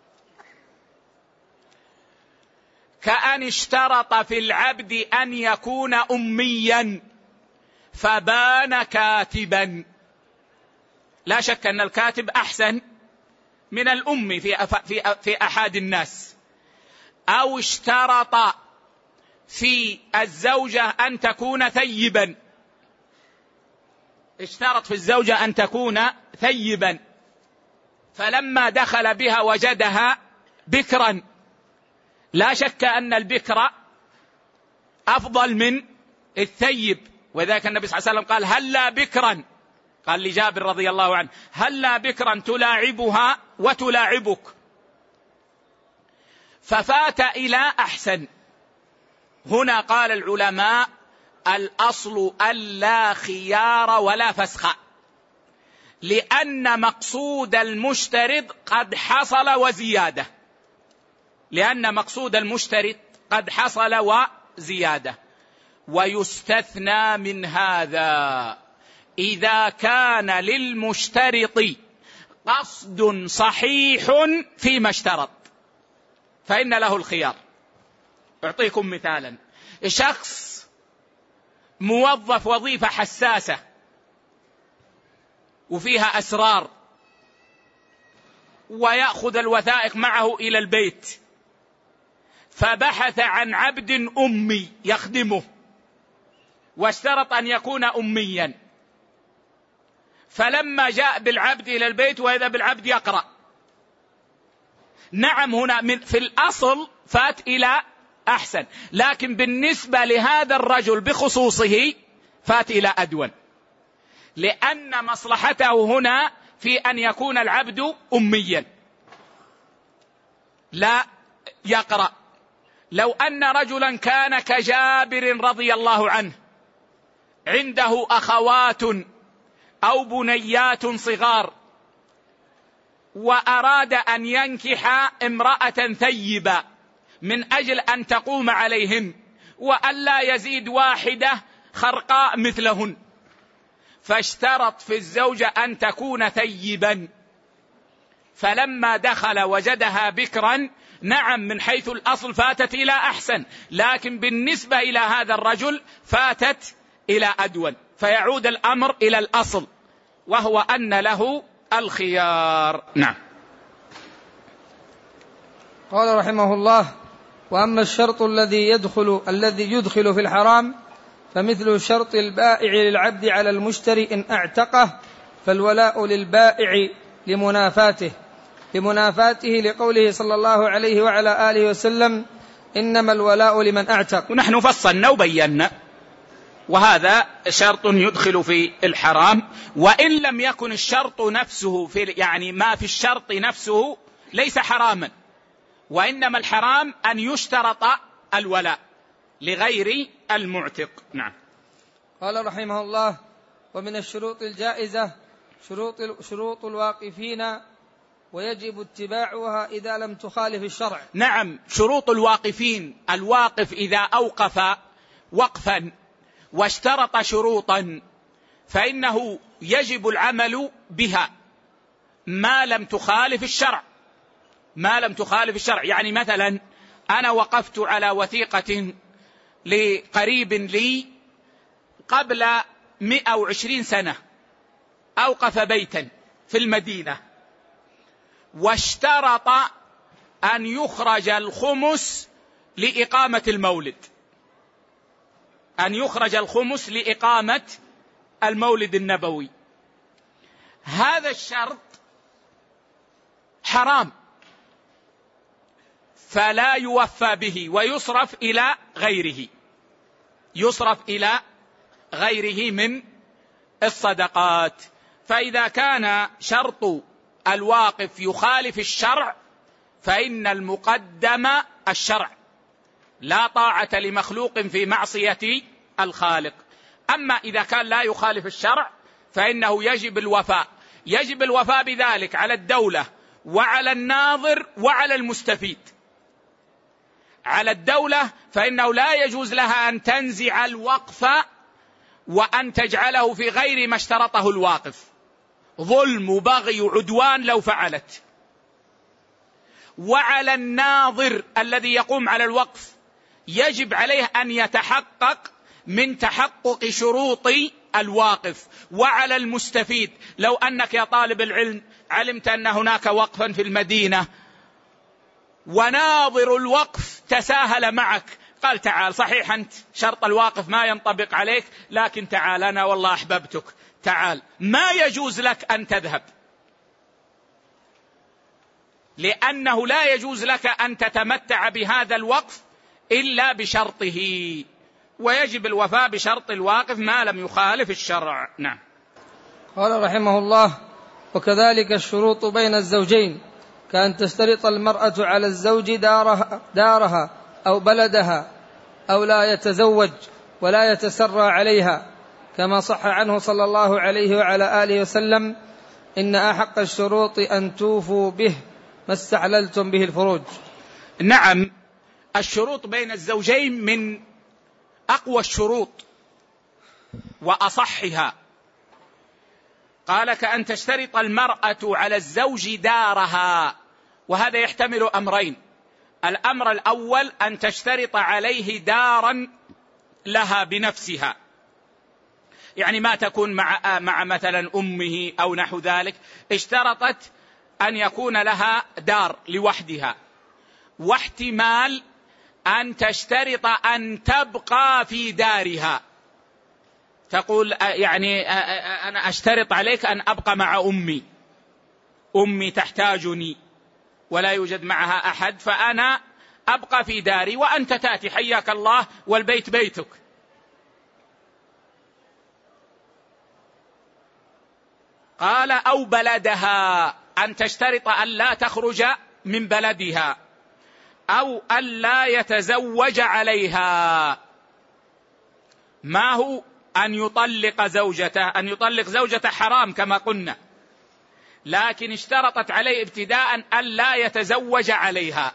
كأن اشترط في العبد أن يكون أميا فبان كاتبا. لا شك أن الكاتب أحسن من الأم في في في أحد الناس. أو اشترط في الزوجة أن تكون ثيبا، اشترط في الزوجة أن تكون ثيبا، فلما دخل بها وجدها بكرا. لا شك أن البكر أفضل من الثيب، وذلك النبي صلى الله عليه وسلم قال هلا بكرا، قال لجابر رضي الله عنه هلا بكرا تلاعبها وتلاعبك، ففات إلى أحسن. هنا قال العلماء الأصل ألا خيار ولا فسخ، لأن مقصود المشترط قد حصل وزيادة، لأن مقصود المشترط قد حصل وزيادة. ويستثنى من هذا إذا كان للمشترط قصد صحيح فيما اشترط فإن له الخيار. أعطيكم مثالا، شخص موظف وظيفة حساسة وفيها أسرار، ويأخذ الوثائق معه إلى البيت، فبحث عن عبد أمي يخدمه واشترط أن يكون أميا، فلما جاء بالعبد إلى البيت وإذا بالعبد يقرأ، نعم هنا من في الأصل فات إلى أحسن، لكن بالنسبة لهذا الرجل بخصوصه فات إلى أدون، لأن مصلحته هنا في أن يكون العبد أميا لا يقرأ. لو أن رجلا كان كجابر رضي الله عنه عنده أخوات أو بنيات صغار وأراد أن ينكح امرأة ثيبة من أجل أن تقوم عليهن وألا يزيد واحدة خرقاء مثلهن، فاشترط في الزوجة أن تكون ثيبا، فلما دخل وجدها بكرا، نعم من حيث الأصل فاتت إلى أحسن، لكن بالنسبة إلى هذا الرجل فاتت إلى أدون، فيعود الأمر إلى الأصل وهو أن له الخيار. نعم. قال رحمه الله: وأما الشرط الذي يدخل الذي يدخل في الحرام فمثل شرط البائع للعبد على المشتري إن اعتقه، فالولاء للبائع لمنافاته لمنافاته لقوله صلى الله عليه وعلى آله وسلم: إنما الولاء لمن اعتق. ونحن فصلنا وبينا، وهذا شرط يدخل في الحرام، وإن لم يكن الشرط نفسه في يعني ما في الشرط نفسه ليس حراما، وإنما الحرام أن يشترط الولاء لغير المعتق. نعم. قال رحمه الله: ومن الشروط الجائزة شروط شروط الواقفين ويجب اتباعها إذا لم تخالف الشرع. نعم، شروط الواقفين، الواقف إذا أوقف وقفا واشترط شروطا فإنه يجب العمل بها ما لم تخالف الشرع. ما لم تخالف الشرع يعني مثلا أنا وقفت على وثيقة لقريب لي قبل مئة وعشرين سنة، أوقف بيتا في المدينة واشترط أن يخرج الخمس لإقامة المولد، أن يخرج الخمس لإقامة المولد النبوي. هذا الشرط حرام، فلا يوفى به ويصرف إلى غيره، يصرف إلى غيره من الصدقات. فإذا كان شرط الواقف يخالف الشرع فإن المقدم الشرع، لا طاعة لمخلوق في معصية الخالق. أما إذا كان لا يخالف الشرع فإنه يجب الوفاء، يجب الوفاء بذلك على الدولة وعلى الناظر وعلى المستفيد. على الدولة فإنه لا يجوز لها أن تنزع الوقف وأن تجعله في غير ما اشترطه الواقف، ظلم وبغي وعدوان لو فعلت. وعلى الناظر الذي يقوم على الوقف يجب عليه أن يتحقق من تحقق شروط الواقف. وعلى المستفيد، لو أنك يا طالب العلم علمت أن هناك وقفا في المدينة وناظر الوقف تساهل معك، قال تعال، صحيح أنت شرط الواقف ما ينطبق عليك، لكن تعال أنا والله أحببتك، تعال، ما يجوز لك أن تذهب، لأنه لا يجوز لك أن تتمتع بهذا الوقف إلا بشرطه، ويجب الوفاء بشرط الواقف ما لم يخالف الشرع. نعم. قال رحمه الله: وكذلك الشروط بين الزوجين، كأن تشترط المرأة على الزوج دارها, دارها أو بلدها، أو لا يتزوج ولا يتسرى عليها، كما صح عنه صلى الله عليه وعلى آله وسلم: إن أحق الشروط أن توفوا به ما استحللتم به الفروج. نعم، الشروط بين الزوجين من أقوى الشروط وأصحها. قال: كأن تشترط المرأة على الزوج دارها، وهذا يحتمل أمرين. الأمر الأول أن تشترط عليه دارا لها بنفسها، يعني ما تكون مع, مع مثلا أمه أو نحو ذلك، اشترطت أن يكون لها دار لوحدها، واحتمال أن تشترط أن تبقى في دارها، تقول يعني أنا أشترط عليك أن أبقى مع أمي، أمي تحتاجني ولا يوجد معها أحد، فأنا أبقى في داري وأنت تأتي حياك الله والبيت بيتك. قال: أو بلدها، أن تشترط أن لا تخرج من بلدها، أو أن لا يتزوج عليها. ما هو أن يطلق زوجته؟ أن يطلق زوجته حرام كما قلنا، لكن اشترطت عليه ابتداء أن لا يتزوج عليها،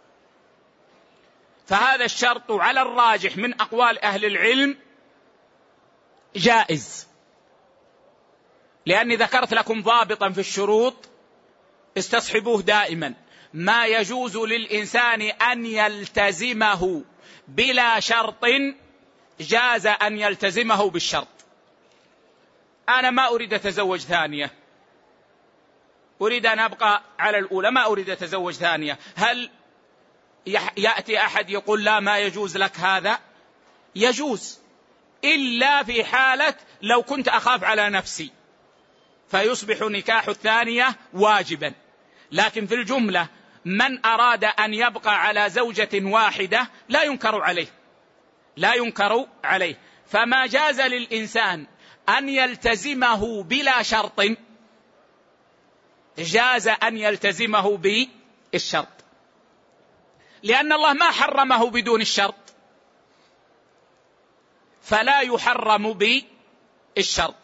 فهذا الشرط على الراجح من أقوال أهل العلم جائز، لأني ذكرت لكم ضابطا في الشروط استصحبوه دائما، ما يجوز للإنسان أن يلتزمه بلا شرط جاز أن يلتزمه بالشرط. أنا ما أريد أتزوج ثانية، أريد أن أبقى على الأولى، ما أريد أتزوج ثانية، هل يأتي أحد يقول لا ما يجوز لك هذا؟ يجوز، إلا في حالة لو كنت أخاف على نفسي فيصبح نكاح الثانية واجبا. لكن في الجملة من أراد أن يبقى على زوجة واحدة لا ينكر عليه، لا ينكر عليه. فما جاز للإنسان أن يلتزمه بلا شرط جاز أن يلتزمه بالشرط، لأن الله ما حرمه بدون الشرط، فلا يحرم بالشرط.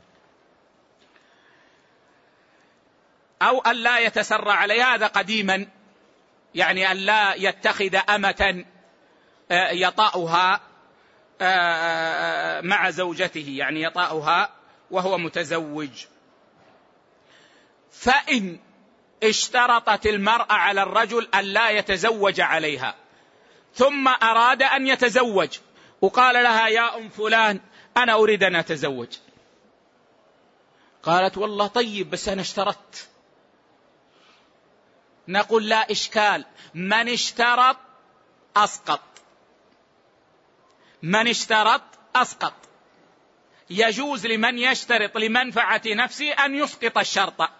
أو أن لا يتسرع عليه، هذا قديما، يعني أن لا يتخذ أمة يطأها مع زوجته، يعني يطأها وهو متزوج. فإن اشترطت المرأة على الرجل أن لا يتزوج عليها، ثم أراد أن يتزوج وقال لها يا أم فلان أنا أريد أن أتزوج، قالت والله طيب بس أنا اشترطت، نقول لا إشكال، من اشترط أسقط، من اشترط أسقط. يجوز لمن يشترط لمنفعة نفسه أن يسقط الشرط،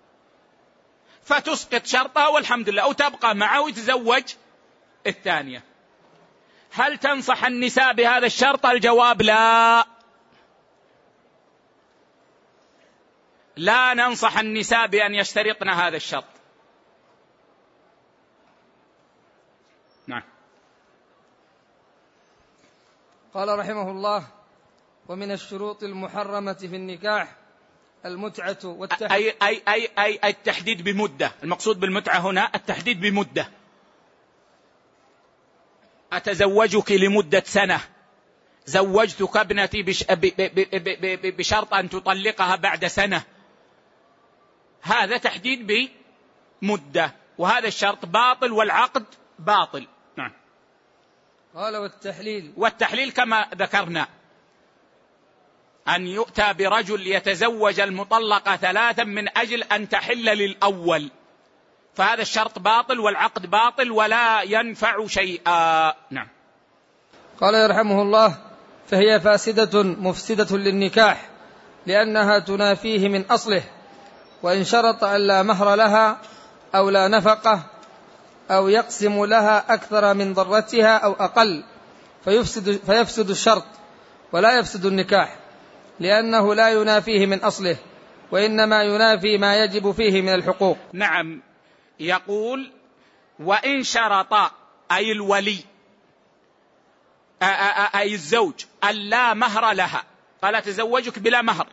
فتسقط شرطها والحمد لله، أو تبقى معه ويتزوج الثانية. هل تنصح النساء بهذا الشرط؟ الجواب لا، لا ننصح النساء بأن يشترطن هذا الشرط. نعم. قال رحمه الله: ومن الشروط المحرمة في النكاح المتعة والتحديد. أي, أي, أي, أي التحديد بمدة، المقصود بالمتعة هنا التحديد بمدة. أتزوجك لمدة سنة، زوجتك ابنتي بشرط أن تطلقها بعد سنة، هذا تحديد بمدة، وهذا الشرط باطل والعقد باطل. نعم. قال: والتحليل. والتحليل كما ذكرنا أن يؤتى برجل يتزوج المطلقة ثلاثا من أجل أن تحل للأول، فهذا الشرط باطل والعقد باطل ولا ينفع شيئا. نعم. قال يرحمه الله: فهي فاسدة مفسدة للنكاح لأنها تنافيه من أصله، وإن شرط أن لا مهر لها أو لا نفقة أو يقسم لها أكثر من ضرتها أو أقل فيفسد, فيفسد الشرط ولا يفسد النكاح، لأنه لا ينافيه من أصله، وإنما ينافي ما يجب فيه من الحقوق. نعم. يقول: وإن شرط أي الولي أي الزوج أن لا مهر لها، قال تزوجك بلا مهر،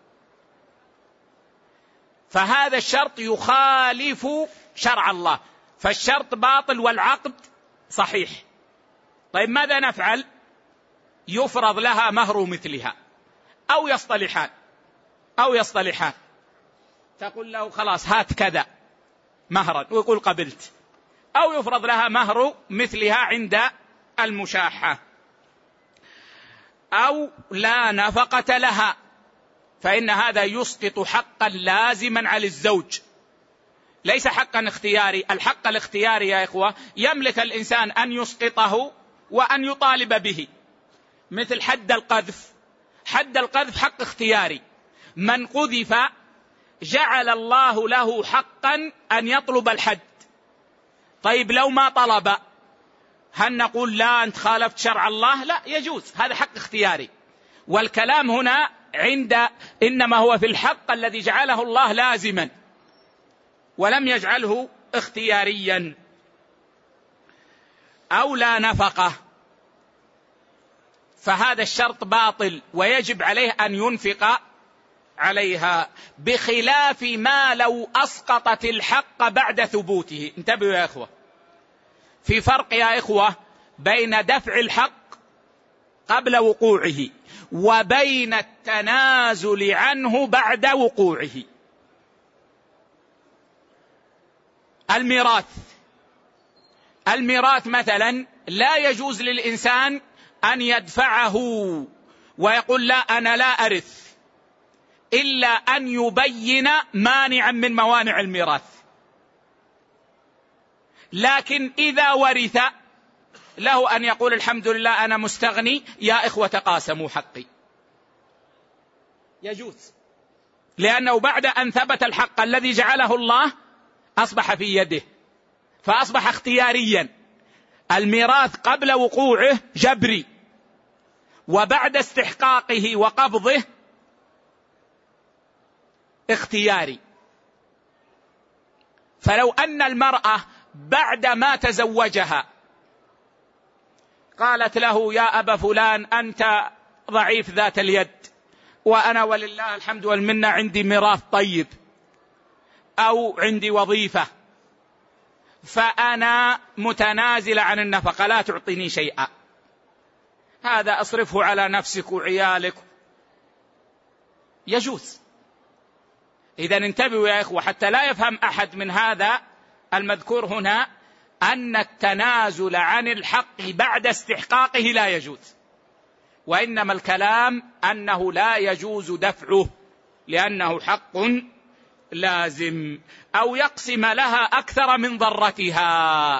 فهذا الشرط يخالف شرع الله، فالشرط باطل والعقد صحيح. طيب ماذا نفعل؟ يفرض لها مهر مثلها، أو يصطلحان أو يصطلحان تقول له خلاص هات كذا مهرا ويقول قبلت، أو يفرض لها مهر مثلها عند المشاحة، أو لا نفقة لها، فإن هذا يسقط حقا لازما على الزوج، ليس حقا اختياري. الحق الاختياري يا إخوة يملك الإنسان أن يسقطه وأن يطالب به، مثل حد القذف. حد القذف حق اختياري، من قذف جعل الله له حقا أن يطلب الحد. طيب لو ما طلب هل نقول لا أنت خالفت شرع الله؟ لا، يجوز، هذا حق اختياري. والكلام هنا عند إنما هو في الحق الذي جعله الله لازما ولم يجعله اختياريا. أو لا نفقة، فهذا الشرط باطل ويجب عليه أن ينفق عليها، بخلاف ما لو أسقطت الحق بعد ثبوته. انتبهوا يا إخوة، في فرق يا إخوة بين دفع الحق قبل وقوعه وبين التنازل عنه بعد وقوعه. الميراث. الميراث مثلا لا يجوز للإنسان أن يدفعه ويقول لا أنا لا أرث إلا أن يبين مانعا من موانع الميراث. لكن إذا ورث له أن يقول الحمد لله أنا مستغني يا إخوة قاسموا حقي، يجوز، لأنه بعد أن ثبت الحق الذي جعله الله أصبح في يده، فأصبح اختياريا. الميراث قبل وقوعه جبري، وبعد استحقاقه وقبضه اختياري. فلو أن المرأة بعد ما تزوجها قالت له يا أبا فلان أنت ضعيف ذات اليد وأنا ولله الحمد والمنة عندي ميراث طيب أو عندي وظيفة فأنا متنازل عن النفقة لا تعطيني شيئا، هذا أصرفه على نفسك وعيالك، يجوز. إذن انتبهوا يا إخوة حتى لا يفهم أحد من هذا المذكور هنا أن التنازل عن الحق بعد استحقاقه لا يجوز، وإنما الكلام أنه لا يجوز دفعه لأنه حق لازم، أو يقسم لها أكثر من ضرتها.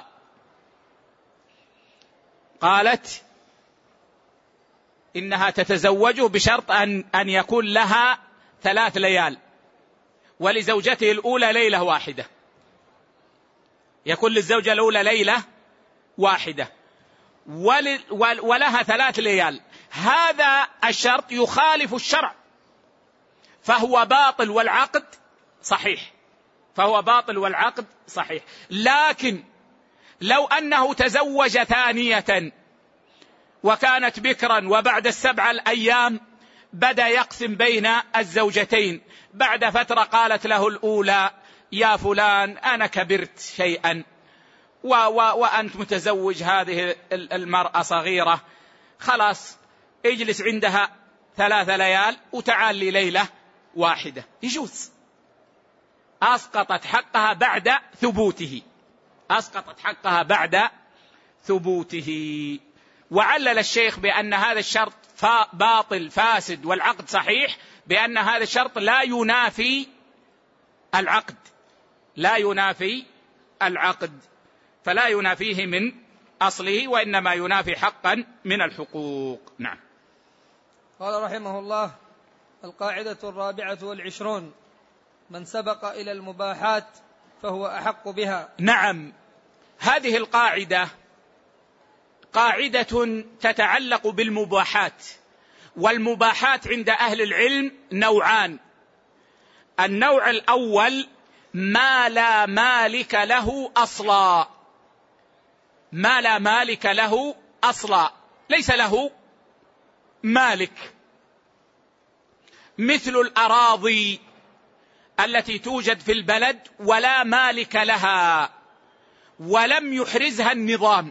قالت إنها تتزوجه بشرط أن, أن يكون لها ثلاث ليال، ولزوجته الأولى ليلة واحدة، يكون للزوجة الأولى ليلة واحدة ولها ثلاث ليال. هذا الشرط يخالف الشرع فهو باطل والعقد صحيح، فهو باطل والعقد صحيح. لكن لو أنه تزوج ثانية وكانت بكرا وبعد السبع الأيام بدأ يقسم بين الزوجتين، بعد فترة قالت له الأولى يا فلان أنا كبرت شيئا و و وأنت متزوج هذه المرأة صغيرة، خلاص اجلس عندها ثلاث ليال وتعال لي ليلة واحدة، يجوز. أسقطت حقها بعد ثبوته، أسقطت حقها بعد ثبوته. وعلل الشيخ بأن هذا الشرط باطل فاسد والعقد صحيح بأن هذا الشرط لا ينافي العقد، لا ينافي العقد، فلا ينافيه من أصله وإنما ينافي حقا من الحقوق. نعم. قال رحمه الله: القاعدة الرابعة والعشرون: من سبق إلى المباحات فهو أحق بها. نعم، هذه القاعدة قاعدة تتعلق بالمباحات، والمباحات عند أهل العلم نوعان. النوع الأول ما لا مالك له أصلا، ما لا مالك له أصلا، ليس له مالك، مثل الأراضي التي توجد في البلد ولا مالك لها ولم يحرزها النظام،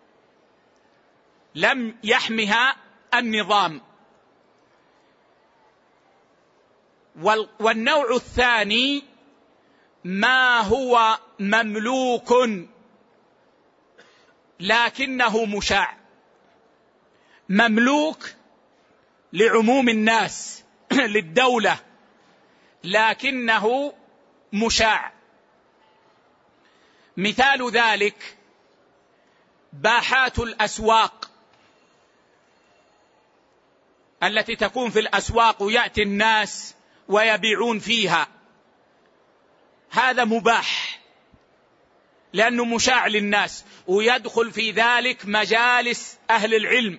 لم يحمها النظام. والنوع الثاني ما هو مملوك لكنه مشاع، مملوك لعموم الناس للدولة لكنه مشاع. مثال ذلك باحات الأسواق التي تكون في الأسواق ويأتي الناس ويبيعون فيها، هذا مباح لأنه مشاع للناس، ويدخل في ذلك مجالس أهل العلم،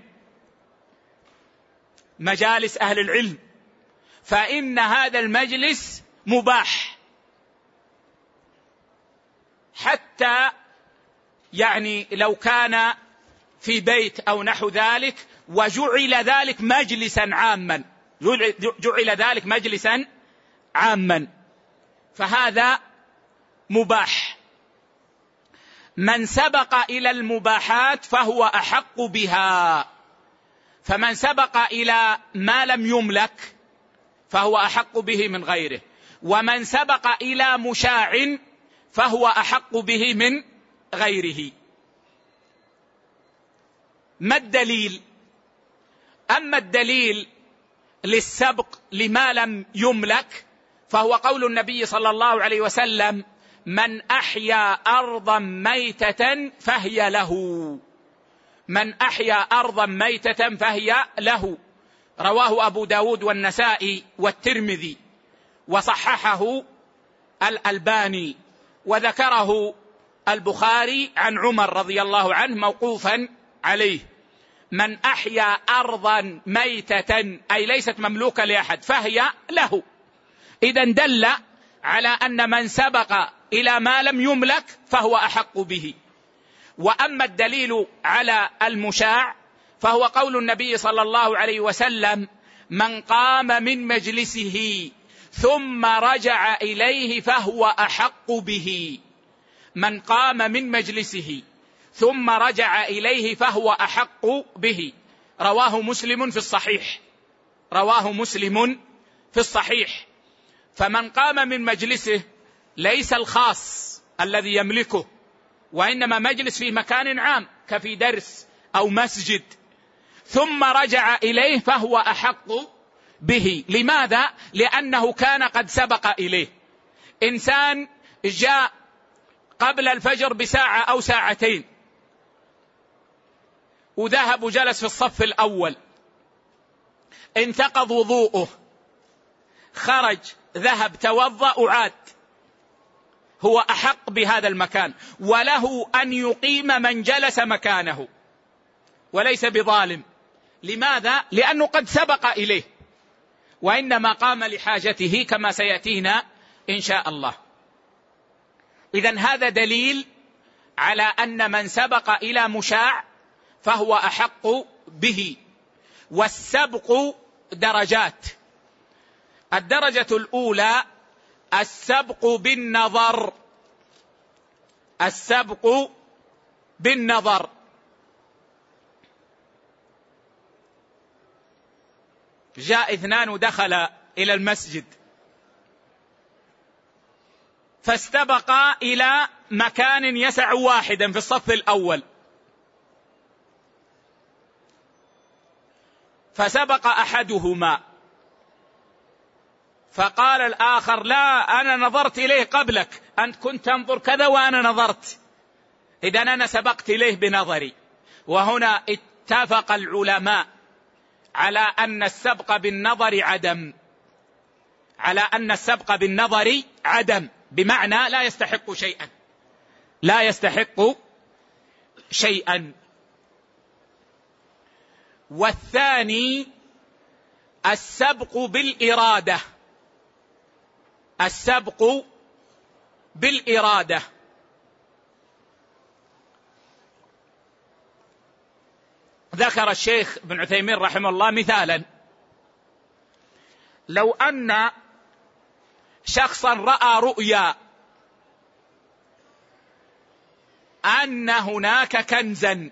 مجالس أهل العلم، فإن هذا المجلس مباح، حتى يعني لو كان في بيت أو نحو ذلك وجعل ذلك مجلسا عاما، جعل ذلك مجلسا عاما، فهذا مباح. من سبق إلى المباحات فهو أحق بها، فمن سبق إلى ما لم يملك فهو أحق به من غيره، ومن سبق إلى مشاع فهو أحق به من غيره. ما الدليل؟ أما الدليل للسبق لما لم يملك فهو قول النبي صلى الله عليه وسلم: من أحيا أرضا ميتة فهي له. من أحيا أرضا ميتة فهي له، رواه أبو داود والنسائي والترمذي، وصححه الألباني، وذكره البخاري عن عمر رضي الله عنه موقوفا عليه: من أحيا أرضا ميتة أي ليست مملوكة لأحد فهي له. إذن دل على أن من سبق إلى ما لم يملك فهو أحق به. وأما الدليل على المشاع فهو قول النبي صلى الله عليه وسلم: من قام من مجلسه ثم رجع إليه فهو أحق به. من قام من مجلسه ثم رجع إليه فهو أحق به، رواه مسلم في الصحيح. رواه مسلم في الصحيح. فمن قام من مجلسه ليس الخاص الذي يملكه، وإنما مجلس في مكان عام كفي درس أو مسجد، ثم رجع إليه فهو أحق به. لماذا؟ لأنه كان قد سبق إليه. إنسان جاء قبل الفجر بساعة أو ساعتين وذهب وجلس في الصف الأول، انتقض وضوءه، خرج ذهب توضأ وعاد، هو أحق بهذا المكان، وله أن يقيم من جلس مكانه وليس بظالم. لماذا؟ لأنه قد سبق إليه، وإنما قام لحاجته كما سيأتينا إن شاء الله. إذن هذا دليل على أن من سبق إلى مشاع فهو أحق به. والسبق درجات. الدرجة الأولى السبق بالنظر. السبق بالنظر جاء اثنان ودخل إلى المسجد فاستبقا إلى مكان يسع واحدا في الصف الأول، فسبق أحدهما فقال الآخر: لا، أنا نظرت إليه قبلك، أنت كنت تنظر كذا وأنا نظرت، إذن أنا سبقت إليه بنظري. وهنا اتفق العلماء على أن السبق بالنظر عدم، على أن السبق بالنظر عدم، بمعنى لا يستحق شيئا، لا يستحق شيئا. والثاني السبق بالإرادة. السبق بالإرادة ذكر الشيخ ابن عثيمين رحمه الله مثالا: لو أن شخصا رأى رؤيا أن هناك كنزا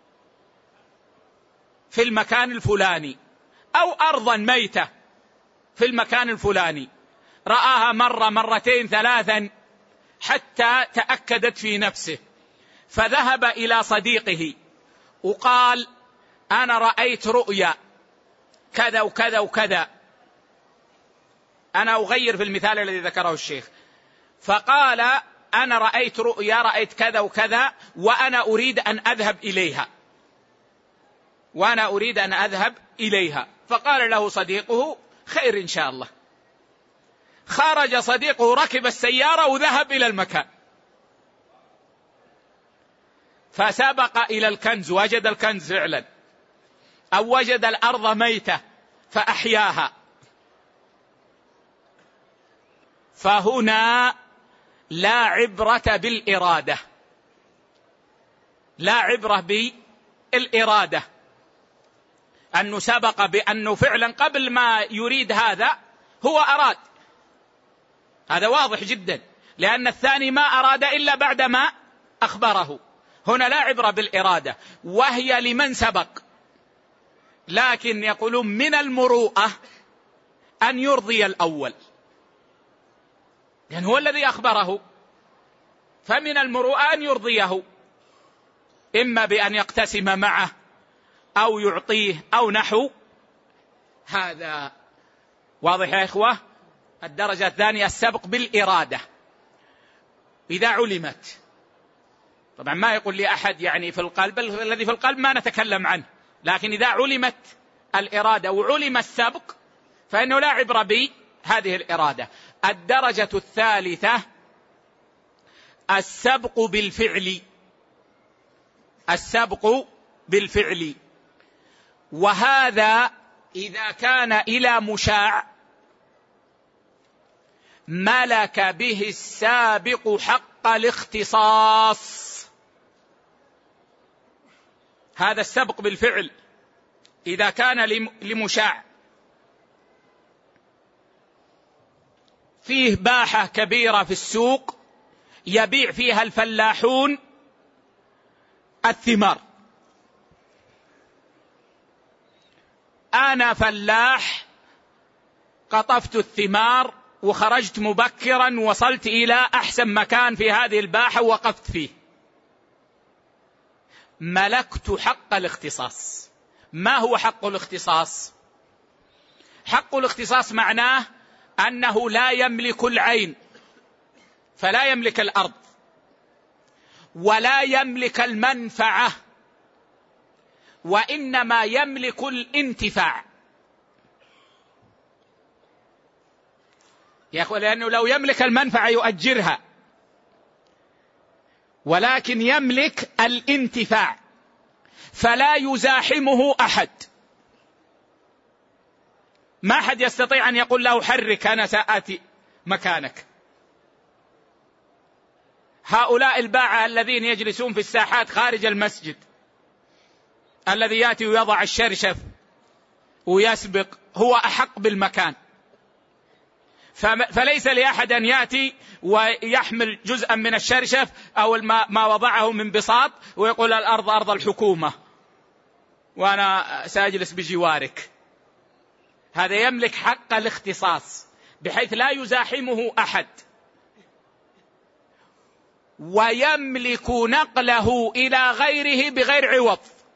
في المكان الفلاني أو أرضا ميتة في المكان الفلاني، رآها مرة مرتين ثلاثا حتى تأكدت في نفسه، فذهب إلى صديقه وقال: أنا رأيت رؤيا كذا وكذا وكذا. أنا أغير في المثال الذي ذكره الشيخ، فقال: أنا رأيت رؤيا، رأيت كذا وكذا، وأنا أريد أن أذهب إليها، وأنا أريد أن أذهب إليها. فقال له صديقه: خير إن شاء الله. خرج صديقه، ركب السيارة وذهب إلى المكان، فسبق إلى الكنز، وجد الكنز فعلا، أو وجد الأرض ميتة فأحياها. فهنا لا عبرة بالإرادة، لا عبرة بالإرادة، أنه سبق بأنه فعلا قبل ما يريد هذا هو أراد، هذا واضح جدا، لأن الثاني ما أراد إلا بعدما أخبره. هنا لا عبرة بالإرادة، وهي لمن سبق. لكن يقولون من المروءة أن يرضي الأول، لأن هو الذي أخبره، فمن المروءة أن يرضيه، إما بأن يقتسم معه أو يعطيه أو نحو هذا. واضح يا إخوة؟ الدرجة الثانية السبق بالإرادة إذا علمت. طبعا ما يقول لي أحد يعني في القلب، الذي في القلب ما نتكلم عنه، لكن إذا علمت الإرادة وعلم السبق فإنه لا عبر بهذه الإرادة. الدرجة الثالثة السبق بالفعل، السبق بالفعل، وهذا إذا كان إلى مشاع ملك به السابق حق الاختصاص. هذا السبق بالفعل إذا كان لمشاع، فيه باحة كبيرة في السوق يبيع فيها الفلاحون الثمار، أنا فلاح قطفت الثمار وخرجت مبكرا وصلت إلى أحسن مكان في هذه الباحة ووقفت فيه، ملكت حق الاختصاص. ما هو حق الاختصاص؟ حق الاختصاص معناه أنه لا يملك العين، فلا يملك الأرض ولا يملك المنفعة، وإنما يملك الانتفاع. يا أخوة، لأنه لو يملك المنفعة يؤجرها، ولكن يملك الانتفاع، فلا يزاحمه أحد. ما أحد يستطيع أن يقول له حرك أنا سآتي مكانك. هؤلاء الباعة الذين يجلسون في الساحات خارج المسجد، الذي يأتي ويضع الشرشف ويسبق، هو أحق بالمكان، فليس لأحد أن يأتي ويحمل جزءا من الشرشف أو ما وضعه من بساط ويقول الأرض أرض الحكومة وأنا سأجلس بجوارك. هذا يملك حق الاختصاص بحيث لا يزاحمه أحد، ويملك نقله إلى غيره بغير عوض.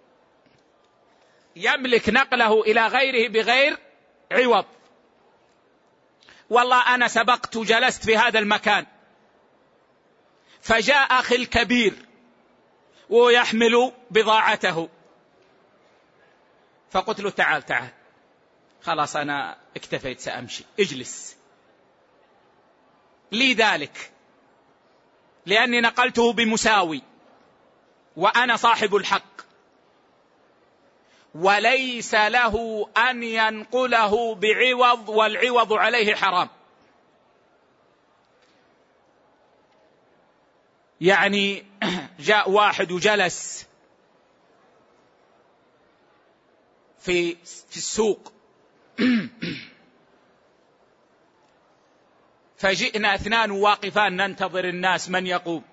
يملك نقله إلى غيره بغير عوض. والله أنا سبقت وجلست في هذا المكان، فجاء أخي الكبير ويحمل بضاعته، فقلت له تعال تعال خلاص أنا اكتفيت سأمشي، اجلس لي ذلك، لأني نقلته بمساوي وأنا صاحب الحق، وليس له أن ينقله بعوض، والعوض عليه حرام. يعني جاء واحد وجلس في في السوق فجئنا اثنان واقفان ننتظر الناس من يقوم،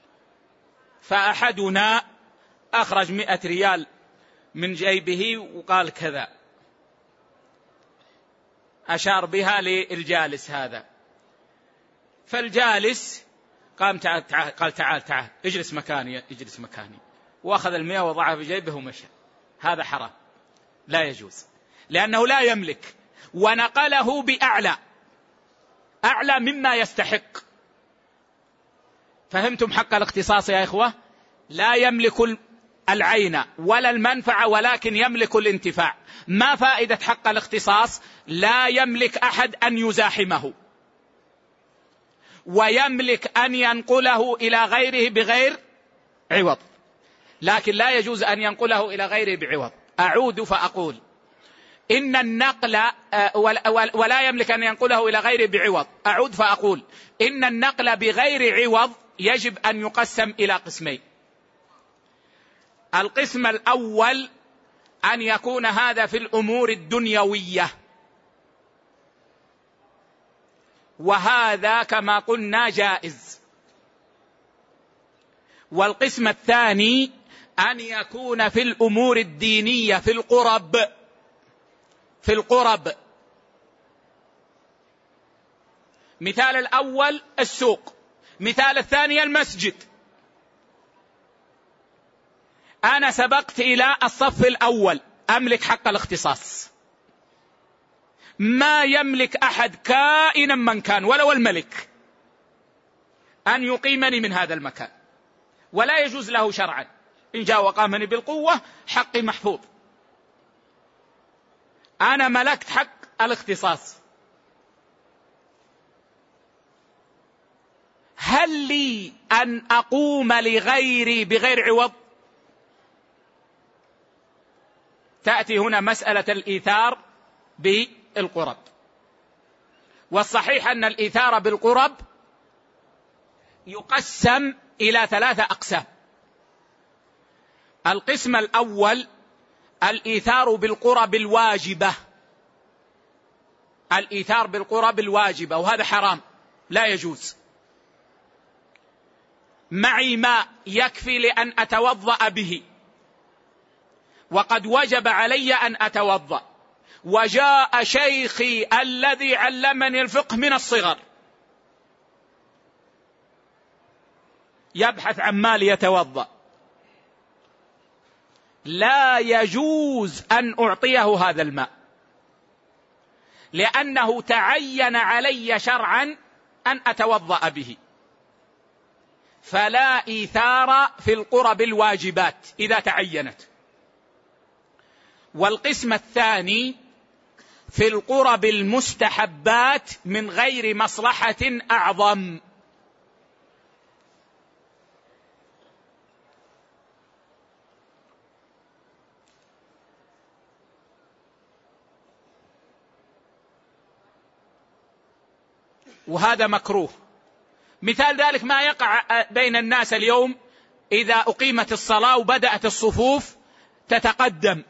فأحدنا أخرج مئة ريال من جيبه وقال كذا، أشار بها للجالس هذا، فالجالس قام تعال تعال قال تعال تعال اجلس مكاني اجلس مكاني، وأخذ المئة وضعها في جيبه ومشى. هذا حرام، لا يجوز، لأنه لا يملك، ونقله بأعلى أعلى مما يستحق. فهمتم حق الاختصاص يا إخوة؟ لا يملك العين ولا المنفعة، ولكن يملك الانتفاع. ما فائدة حق الاختصاص؟ لا يملك أحد أن يزاحمه، ويملك أن ينقله إلى غيره بغير عوض، لكن لا يجوز أن ينقله إلى غيره بعوض. أعود فأقول إن النقل ولا يملك أن ينقله إلى غيره بعوض. أعود فأقول إن النقل بغير عوض يجب أن يقسم إلى قسمين. القسم الأول أن يكون هذا في الأمور الدنيوية، وهذا كما قلنا جائز. والقسم الثاني أن يكون في الأمور الدينية، في القرب في القرب مثال الأول السوق، مثال الثاني المسجد، أنا سبقت إلى الصف الأول، أملك حق الاختصاص، ما يملك أحد كائنا من كان ولو الملك أن يقيمني من هذا المكان، ولا يجوز له شرعا، إن جاء وقامني بالقوة حقي محفوظ، أنا ملكت حق الاختصاص. هل لي أن أقوم لغيري بغير عوض؟ تأتي هنا مسألة الإيثار بالقرب، والصحيح أن الإيثار بالقرب يقسم إلى ثلاثة أقسام. القسم الأول الإيثار بالقرب الواجبة، الإيثار بالقرب الواجبة، وهذا حرام لا يجوز. معي ماء يكفي لأن أتوضأ به، وقد وجب علي أن أتوضأ، وجاء شيخي الذي علمني الفقه من الصغر يبحث عن مال يتوضأ، لا يجوز أن أعطيه هذا الماء، لأنه تعين علي شرعا أن أتوضأ به، فلا إيثار في القرب الواجبات إذا تعينت. والقسم الثاني في القرب المستحبات من غير مصلحة أعظم، وهذا مكروه. مثال ذلك ما يقع بين الناس اليوم، إذا أقيمت الصلاة وبدأت الصفوف تتقدم،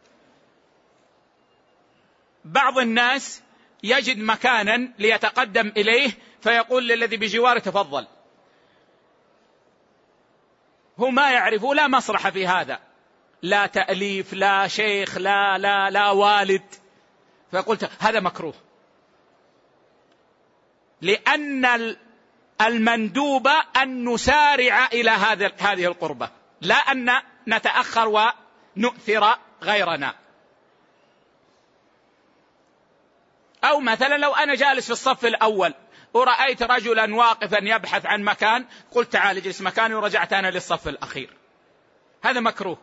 بعض الناس يجد مكانا ليتقدم إليه فيقول للذي بجواره تفضل، هو ما يعرف لا مصلحة في هذا، لا تأليف، لا شيخ، لا لا لا والد، فقلت هذا مكروه، لأن المندوب أن نسارع إلى هذا هذه القربة، لا أن نتأخر ونؤثر غيرنا. أو مثلا لو أنا جالس في الصف الأول ورأيت رجلا واقفا يبحث عن مكان، قلت تعال اجلس مكاني ورجعت أنا للصف الأخير، هذا مكروه.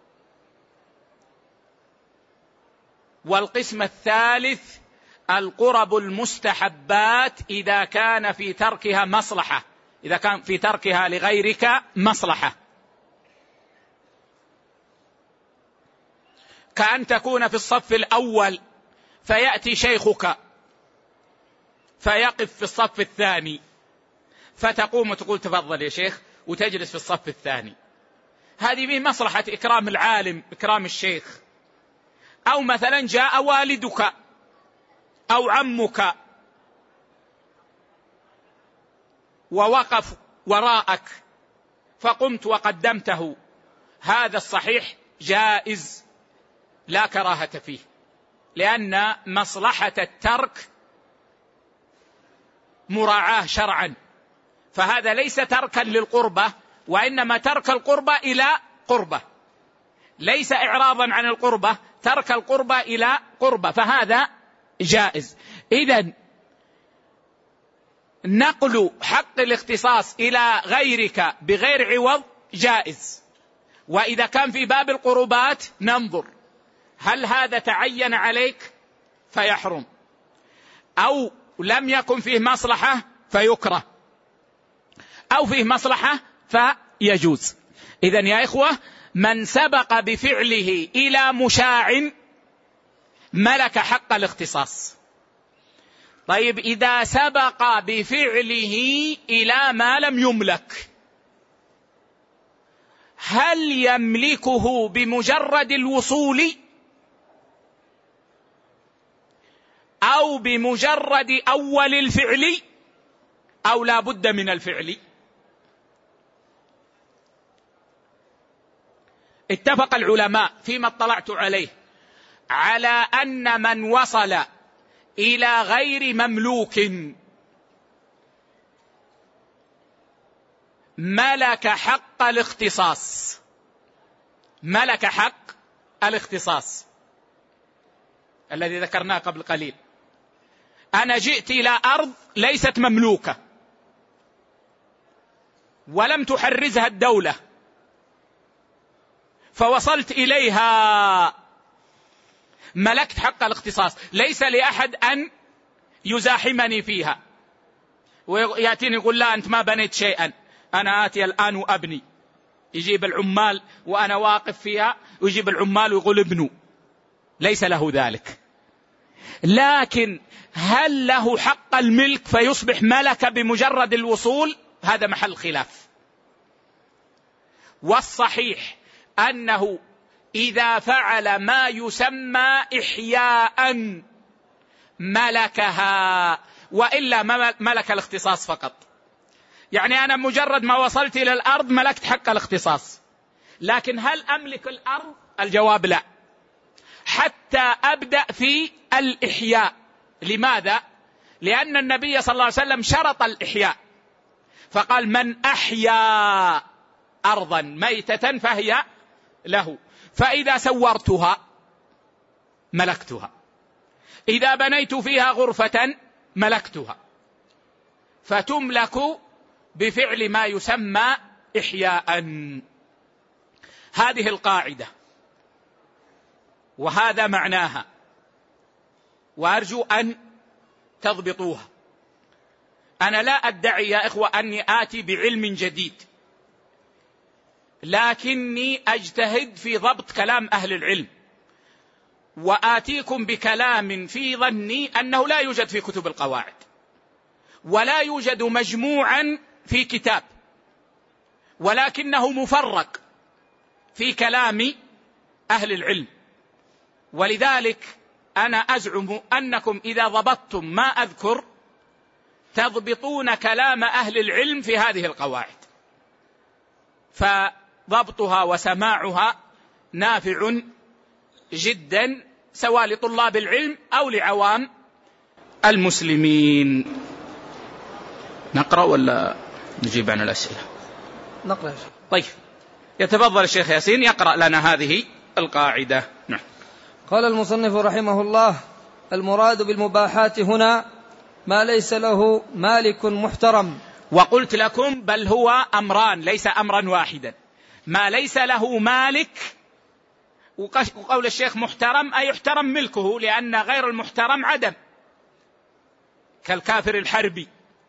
والقسم الثالث القرب المستحبات إذا كان في تركها مصلحة، إذا كان في تركها لغيرك مصلحة، كأن تكون في الصف الأول فيأتي شيخك فيقف في الصف الثاني، فتقوم وتقول تفضل يا شيخ وتجلس في الصف الثاني، هذه به مصلحة إكرام العالم، إكرام الشيخ. أو مثلا جاء والدك أو عمك ووقف وراءك فقمت وقدمته، هذا الصحيح جائز لا كراهة فيه، لأن مصلحة الترك مراعاة شرعا، فهذا ليس تركا للقربة، وإنما ترك القربة إلى قربة، ليس إعراضا عن القربة، ترك القربة إلى قربة، فهذا جائز. إذن نقل حق الاختصاص إلى غيرك بغير عوض جائز. وإذا كان في باب القربات ننظر هل هذا تعين عليك فيحرم، أو لم يكن فيه مصلحة فيكره، أو فيه مصلحة فيجوز. إذن يا إخوة، من سبق بفعله إلى مشاع ملك حق الاختصاص. طيب إذا سبق بفعله إلى ما لم يملك، هل يملكه بمجرد الوصول أو بمجرد أول الفعل أو لا بد من الفعل؟ اتفق العلماء فيما اطلعت عليه على أن من وصل إلى غير مملوك ملك حق الاختصاص، ملك حق الاختصاص الذي ذكرناه قبل قليل. أنا جئت إلى أرض ليست مملوكة ولم تحرزها الدولة، فوصلت إليها، ملكت حق الاختصاص، ليس لأحد أن يزاحمني فيها ويأتيني يقول لا أنت ما بنيت شيئا، أنا آتي الآن وأبني، يجيب العمال وأنا واقف فيها ويجيب العمال ويقول ابنوا، ليس له ذلك. لكن هل له حق الملك فيصبح ملك بمجرد الوصول؟ هذا محل خلاف. والصحيح أنه إذا فعل ما يسمى إحياء ملكها، وإلا ملك الاختصاص فقط. يعني أنا مجرد ما وصلت إلى الأرض ملكت حق الاختصاص، لكن هل أملك الأرض؟ الجواب لا، حتى أبدأ في الإحياء. لماذا؟ لأن النبي صلى الله عليه وسلم شرط الإحياء، فقال من أحيا أرضا ميتة فهي له، فإذا سورتها ملكتها، إذا بنيت فيها غرفة ملكتها، فتملك بفعل ما يسمى إحياء. هذه القاعدة وهذا معناها، وأرجو أن تضبطوها. أنا لا أدعي يا إخوة أني آتي بعلم جديد، لكني أجتهد في ضبط كلام أهل العلم، وآتيكم بكلام في ظني أنه لا يوجد في كتب القواعد، ولا يوجد مجموعا في كتاب، ولكنه مفرق في كلام أهل العلم. ولذلك أنا أزعم أنكم إذا ضبطتم ما أذكر تضبطون كلام أهل العلم في هذه القواعد، فضبطها وسماعها نافع جدا سواء لطلاب العلم أو لعوام المسلمين. نقرأ ولا نجيب عن الأسئلة؟ نقرأ يا شيخ. طيب، يتفضل الشيخ ياسين يقرأ لنا هذه القاعدة. نعم. قال المصنف رحمه الله: المراد بالمباحات هنا ما ليس له مالك محترم. وقلت لكم بل هو أمران ليس أمرا واحدا، ما ليس له مالك، وقول الشيخ محترم أي يحترم ملكه، لأن غير المحترم عدم، كالكافر الحربي.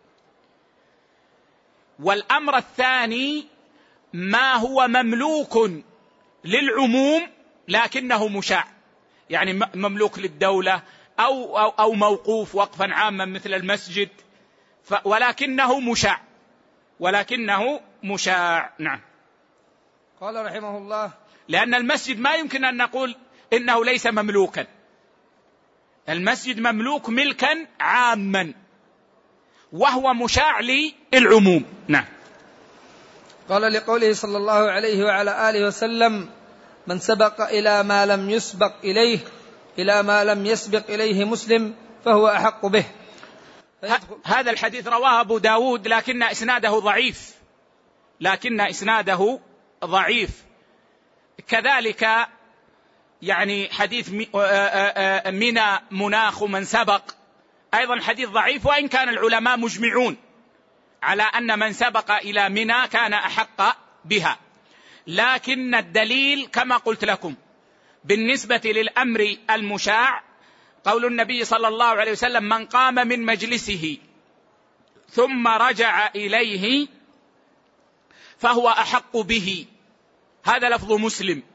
والأمر الثاني ما هو مملوك للعموم لكنه مشاع، يعني مملوك للدولة أو, أو, أو موقوف وقفا عاما مثل المسجد، ولكنه مشاع ولكنه مشاع نعم. قال رحمه الله: لأن المسجد ما يمكن أن نقول إنه ليس مملوكا، المسجد مملوك ملكا عاما وهو مشاع للعموم. نعم. قال: لقوله صلى الله عليه وعلى آله وسلم: من سبق إلى ما لم يسبق إليه إلى ما لم يسبق إليه مسلم فهو أحق به. هذا الحديث رواه أبو داود لكن إسناده ضعيف، لكن إسناده ضعيف. كذلك يعني حديث منى مناخ من سبق أيضا حديث ضعيف، وإن كان العلماء مجمعون على أن من سبق إلى منى كان أحق بها. لكن الدليل كما قلت لكم بالنسبة للأمر المشاع قول النبي صلى الله عليه وسلم: من قام من مجلسه ثم رجع إليه فهو أحق به. هذا لفظ مسلم.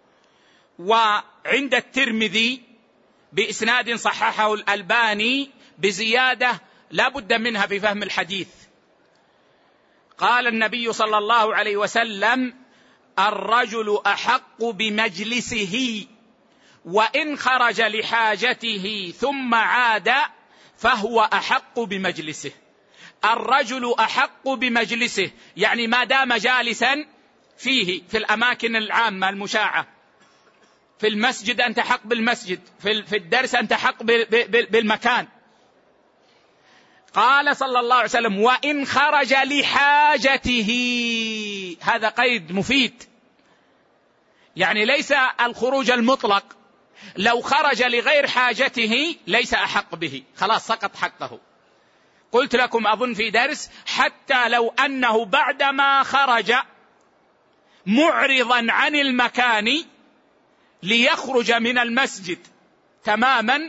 وعند الترمذي بإسناد صححه الألباني بزيادة لا بد منها في فهم الحديث، قال النبي صلى الله عليه وسلم: الرجل أحق بمجلسه وإن خرج لحاجته ثم عاد فهو أحق بمجلسه. الرجل أحق بمجلسه يعني ما دام جالسا فيه، في الأماكن العامة المشاعة، في المسجد أنت حق بالمسجد، في الدرس أنت حق بالمكان. قال صلى الله عليه وسلم: وإن خرج لحاجته. هذا قيد مفيد، يعني ليس الخروج المطلق، لو خرج لغير حاجته ليس أحق به، خلاص سقط حقه. قلت لكم أظن في درس: حتى لو أنه بعدما خرج معرضا عن المكان ليخرج من المسجد تماما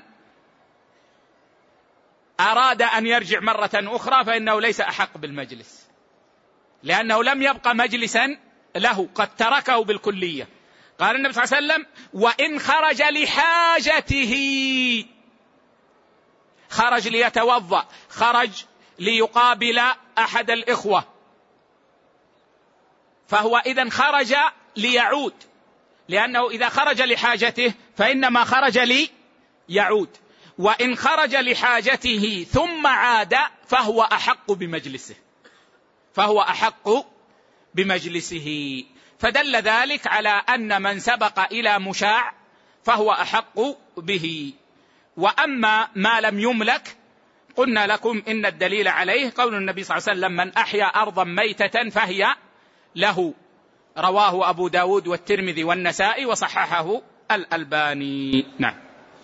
أراد أن يرجع مرة أخرى فإنه ليس أحق بالمجلس، لأنه لم يبقى مجلسا له، قد تركه بالكلية. قال النبي صلى الله عليه وسلم: وإن خرج لحاجته، خرج ليتوضأ، خرج ليقابل أحد الإخوة، فهو إذن خرج ليعود، لأنه إذا خرج لحاجته فإنما خرج ليعود. وإن خرج لحاجته ثم عاد فهو أحق بمجلسه، فهو أحق بمجلسه. فدل ذلك على أن من سبق إلى مشاع فهو أحق به. وأما ما لم يملك قلنا لكم إن الدليل عليه قول النبي صلى الله عليه وسلم: من أحيا أرضا ميتة فهي له، رواه أبو داود والترمذي والنسائي وصححه الألباني. نعم.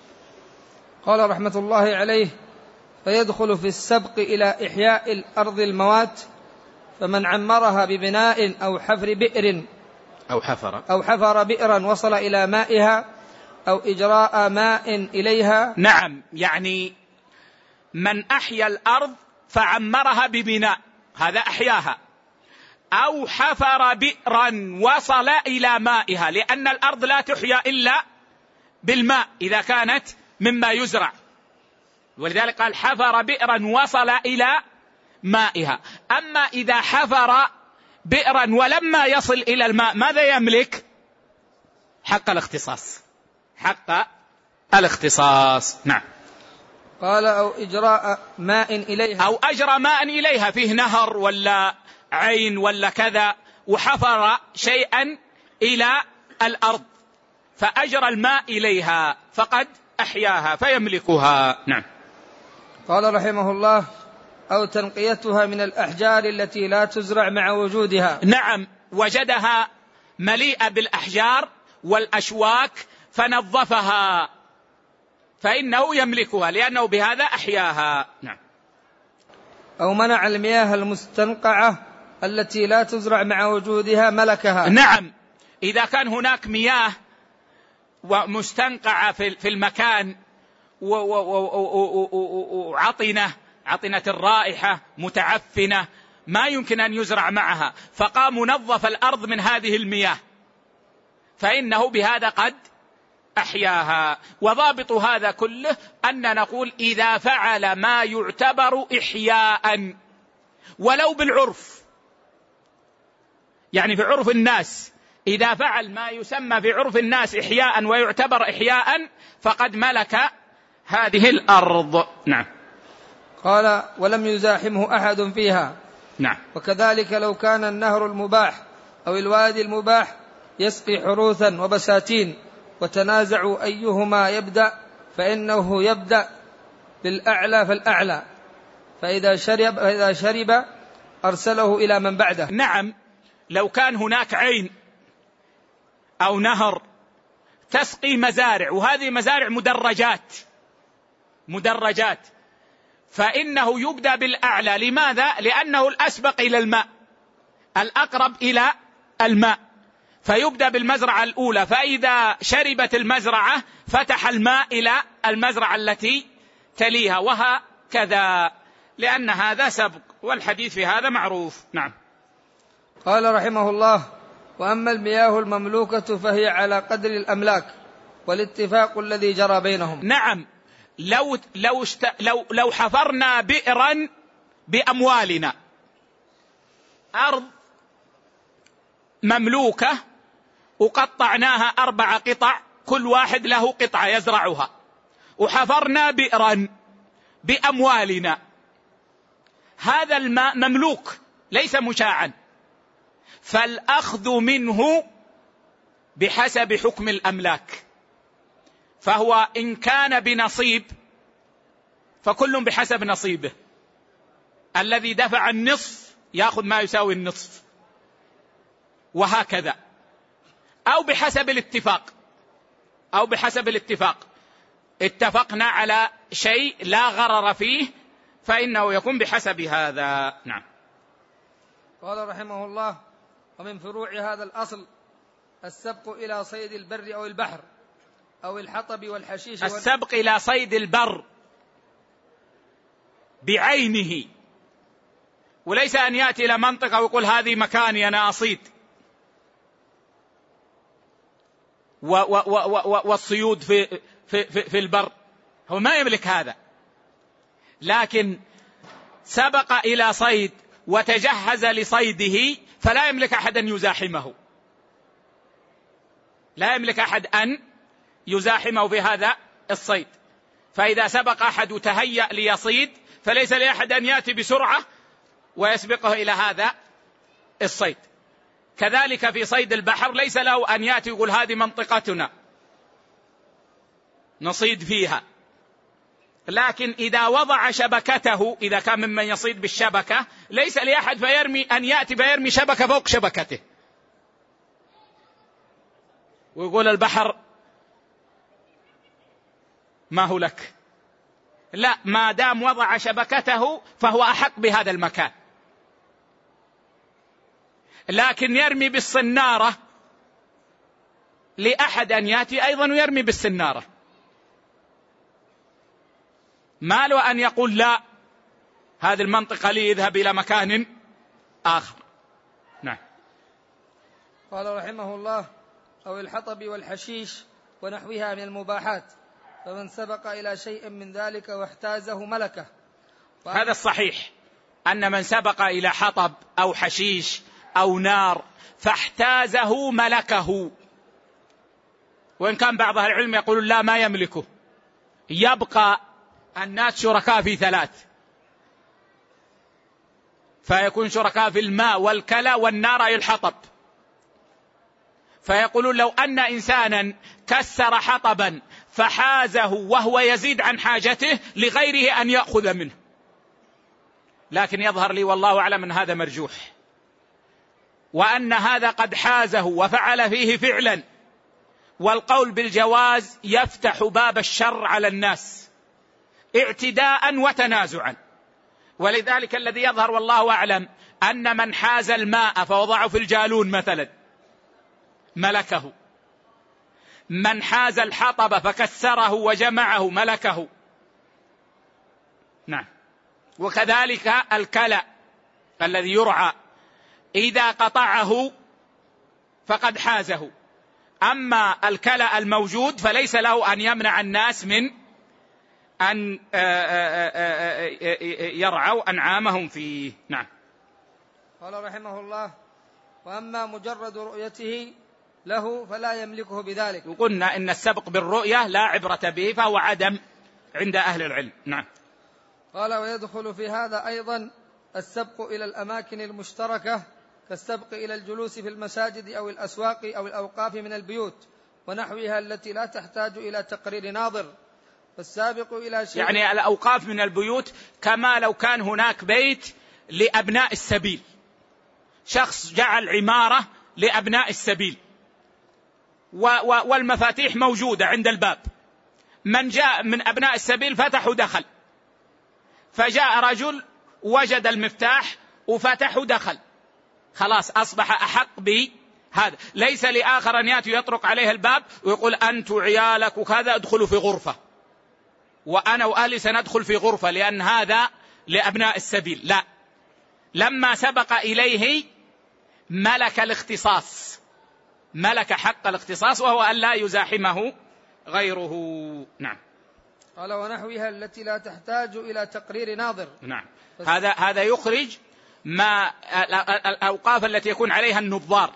قال رحمة الله عليه: فيدخل في السبق إلى إحياء الأرض الموات، فمن عمرها ببناء أو حفر بئر أو حفر أو حفر بئرا وصل إلى مائها أو إجراء ماء إليها. نعم، يعني من أحيا الأرض فعمرها ببناء، هذا أحياها، أو حفر بئرا وصل إلى مائها، لأن الأرض لا تحيا إلا بالماء إذا كانت مما يزرع، ولذلك قال: حفر بئرا وصل إلى مائها. أما إذا حفر بئرا ولما يصل إلى الماء ماذا يملك؟ حق الاختصاص، حق الاختصاص. نعم. قال: أو إجراء ماء إليها، أو أجرى ماء إليها، فيه نهر ولا عين ولا كذا، وحفر شيئا إلى الأرض فأجرى الماء إليها فقد أحياها فيملكها. نعم. قال رحمه الله: أو تنقيتها من الأحجار التي لا تزرع مع وجودها. نعم، وجدها مليئة بالأحجار والأشواك فنظفها فإنه يملكها، لأنه بهذا أحياها. نعم. أو منع المياه المستنقعة التي لا تزرع مع وجودها ملكها. نعم، إذا كان هناك مياه ومستنقعة في المكان وعطنة عطنة الرائحة متعفنة ما يمكن أن يزرع معها، فقام نظف الأرض من هذه المياه فإنه بهذا قد أحياها. وضابط هذا كله أن نقول إذا فعل ما يعتبر إحياء ولو بالعرف، يعني في عرف الناس، إذا فعل ما يسمى في عرف الناس إحياء ويعتبر إحياء فقد ملك هذه الأرض. نعم. قال: ولم يزاحمه أحد فيها. نعم. وكذلك لو كان النهر المباح أو الوادي المباح يسقي حروثا وبساتين وتنازعوا أيهما يبدأ فإنه يبدأ بالأعلى فالأعلى، فإذا شرب, فإذا شرب أرسله إلى من بعده. نعم، لو كان هناك عين أو نهر تسقي مزارع، وهذه مزارع مدرجات مدرجات فإنه يبدأ بالأعلى. لماذا؟ لأنه الأسبق إلى الماء، الأقرب إلى الماء، فيبدأ بالمزرعة الأولى، فإذا شربت المزرعة فتح الماء إلى المزرعة التي تليها، وهكذا، لأن هذا سبق، والحديث في هذا معروف. نعم. قال رحمه الله: وأما المياه المملوكة فهي على قدر الأملاك والاتفاق الذي جرى بينهم. نعم، لو, لو, است... لو, لو حفرنا بئرا بأموالنا، أرض مملوكة وقطعناها أربع قطع كل واحد له قطعة يزرعها، وحفرنا بئرا بأموالنا، هذا الماء مملوك ليس مشاعا، فالأخذ منه بحسب حكم الأملاك، فهو إن كان بنصيب فكل بحسب نصيبه، الذي دفع النصف يأخذ ما يساوي النصف، وهكذا، أو بحسب الاتفاق أو بحسب الاتفاق اتفقنا على شيء لا غرر فيه فإنه يكون بحسب هذا. نعم. قال رحمه الله: ومن فروع هذا الأصل السبق إلى صيد البر أو البحر أو الحطب والحشيش. السبق إلى صيد البر بعينه، وليس أن يأتي إلى منطقة ويقول هذه مكاني أنا أصيد، و و و والصيود في, في, في, في البر، هو ما يملك هذا، لكن سبق إلى صيد وتجهز لصيده فلا يملك أحد أن يزاحمه، لا يملك أحد أن يزاحمه في هذا الصيد. فإذا سبق أحد وتهيأ ليصيد فليس لأحد أن يأتي بسرعة ويسبقه إلى هذا الصيد. كذلك في صيد البحر ليس له أن يأتي يقول هذه منطقتنا نصيد فيها، لكن إذا وضع شبكته، إذا كان ممن يصيد بالشبكة، ليس لأحد فيرمي أن يأتي فيرمي شبكة فوق شبكته ويقول البحر ما هو لك، لا، ما دام وضع شبكته فهو أحق بهذا المكان. لكن يرمي بالصنارة لأحد أن يأتي أيضا ويرمي بالصنارة، ما له أن يقول لا هذه المنطقة لي يذهب إلى مكان آخر. نعم. قال رحمه الله: أو الحطب والحشيش ونحوها من المباحات، فمن سبق إلى شيء من ذلك واحتازه ملكه. هذا الصحيح، أن من سبق إلى حطب أو حشيش أو نار فاحتازه ملكه، وإن كان بعض أهل العلم يقول لا، ما يملكه، يبقى الناس شركاء في ثلاث، فيكون شركاء في الماء والكلى والنار أي الحطب. فيقولون لو أن إنسانا كسر حطبا فحازه وهو يزيد عن حاجته لغيره أن يأخذ منه، لكن يظهر لي والله أعلم أن هذا مرجوح، وأن هذا قد حازه وفعل فيه فعلا، والقول بالجواز يفتح باب الشر على الناس اعتداء وتنازعا. ولذلك الذي يظهر والله أعلم أن من حاز الماء فوضعه في الجالون مثلا ملكه، من حاز الحطب فكسره وجمعه ملكه. نعم. وكذلك الكلى الذي يرعى إذا قطعه فقد حازه، أما الكلى الموجود فليس له أن يمنع الناس من أن يرعوا أنعامهم فيه. نعم. قال رحمه الله: وأما مجرد رؤيته له فلا يملكه بذلك. وقلنا إن السبق بالرؤية لا عبرة به، فهو عدم عند أهل العلم. نعم. قال: ويدخل في هذا أيضا السبق إلى الأماكن المشتركة كالسبق إلى الجلوس في المساجد أو الأسواق أو الأوقاف من البيوت ونحوها التي لا تحتاج إلى تقرير ناظر. فالسابق إلى شيء، يعني الأوقاف من البيوت كما لو كان هناك بيت لأبناء السبيل، شخص جعل عمارة لأبناء السبيل والمفاتيح موجودة عند الباب، من جاء من أبناء السبيل فتح ودخل، فجاء رجل وجد المفتاح وفتح ودخل، خلاص أصبح أحق بهذا. ليس لآخر أن يأتي يطرق عليه الباب ويقول أنت وعيالك وكذا ادخلوا في غرفة وأنا وأهلي سندخل في غرفة لأن هذا لأبناء السبيل، لا، لما سبق إليه ملك الاختصاص، ملك حق الاختصاص، وهو أن لا يزاحمه غيره. نعم. قال: ونحوها التي لا تحتاج إلى تقرير ناظر. نعم. هذا هذا يخرج ما الأوقاف التي يكون عليها النظار،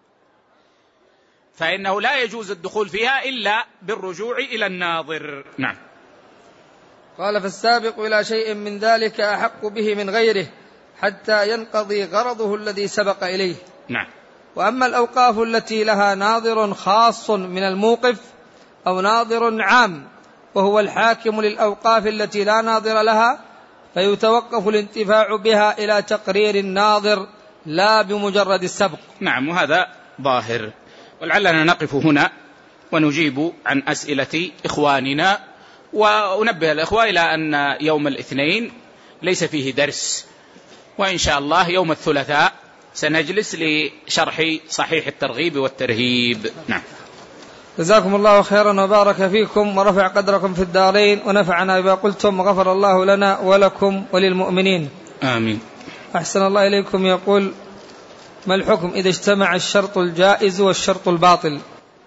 فإنه لا يجوز الدخول فيها إلا بالرجوع إلى الناظر. نعم. قال: فالسابق إلى شيء من ذلك أحق به من غيره حتى ينقضي غرضه الذي سبق إليه. نعم. وأما الأوقاف التي لها ناظر خاص من الموقف أو ناظر عام وهو الحاكم للأوقاف التي لا ناظر لها فيتوقف الانتفاع بها إلى تقرير الناظر لا بمجرد السبق. نعم، وهذا ظاهر. ولعلنا نقف هنا ونجيب عن أسئلة إخواننا، وننبه الإخوة إلى أن يوم الاثنين ليس فيه درس، وإن شاء الله يوم الثلاثاء سنجلس لشرح صحيح الترغيب والترهيب. نعم. جزاكم الله خيرا وبارك فيكم ورفع قدركم في الدارين ونفعنا بما قلتم وغفر الله لنا ولكم وللمؤمنين. آمين. أحسن الله إليكم. يقول: ما الحكم إذا اجتمع الشرط الجائز والشرط الباطل؟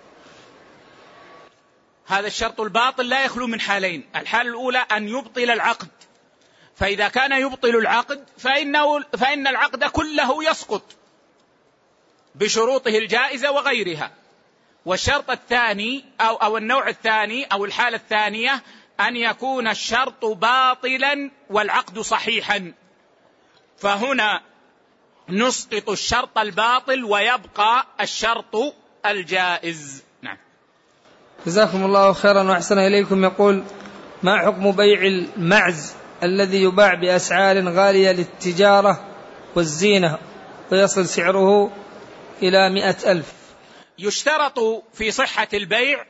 هذا الشرط الباطل لا يخلو من حالين. الحالة الأولى أن يبطل العقد، فإذا كان يبطل العقد فإنه فإن العقد كله يسقط بشروطه الجائزة وغيرها. والشرط الثاني أو, أو النوع الثاني أو الحالة الثانية أن يكون الشرط باطلا والعقد صحيحا، فهنا نسقط الشرط الباطل ويبقى الشرط الجائز. نعم. جزاكم الله خيرا وأحسن إليكم. يقول: ما حكم بيع المعز الذي يباع بأسعار غالية للتجارة والزينة ويصل سعره إلى مئة ألف؟ يشترط في صحة البيع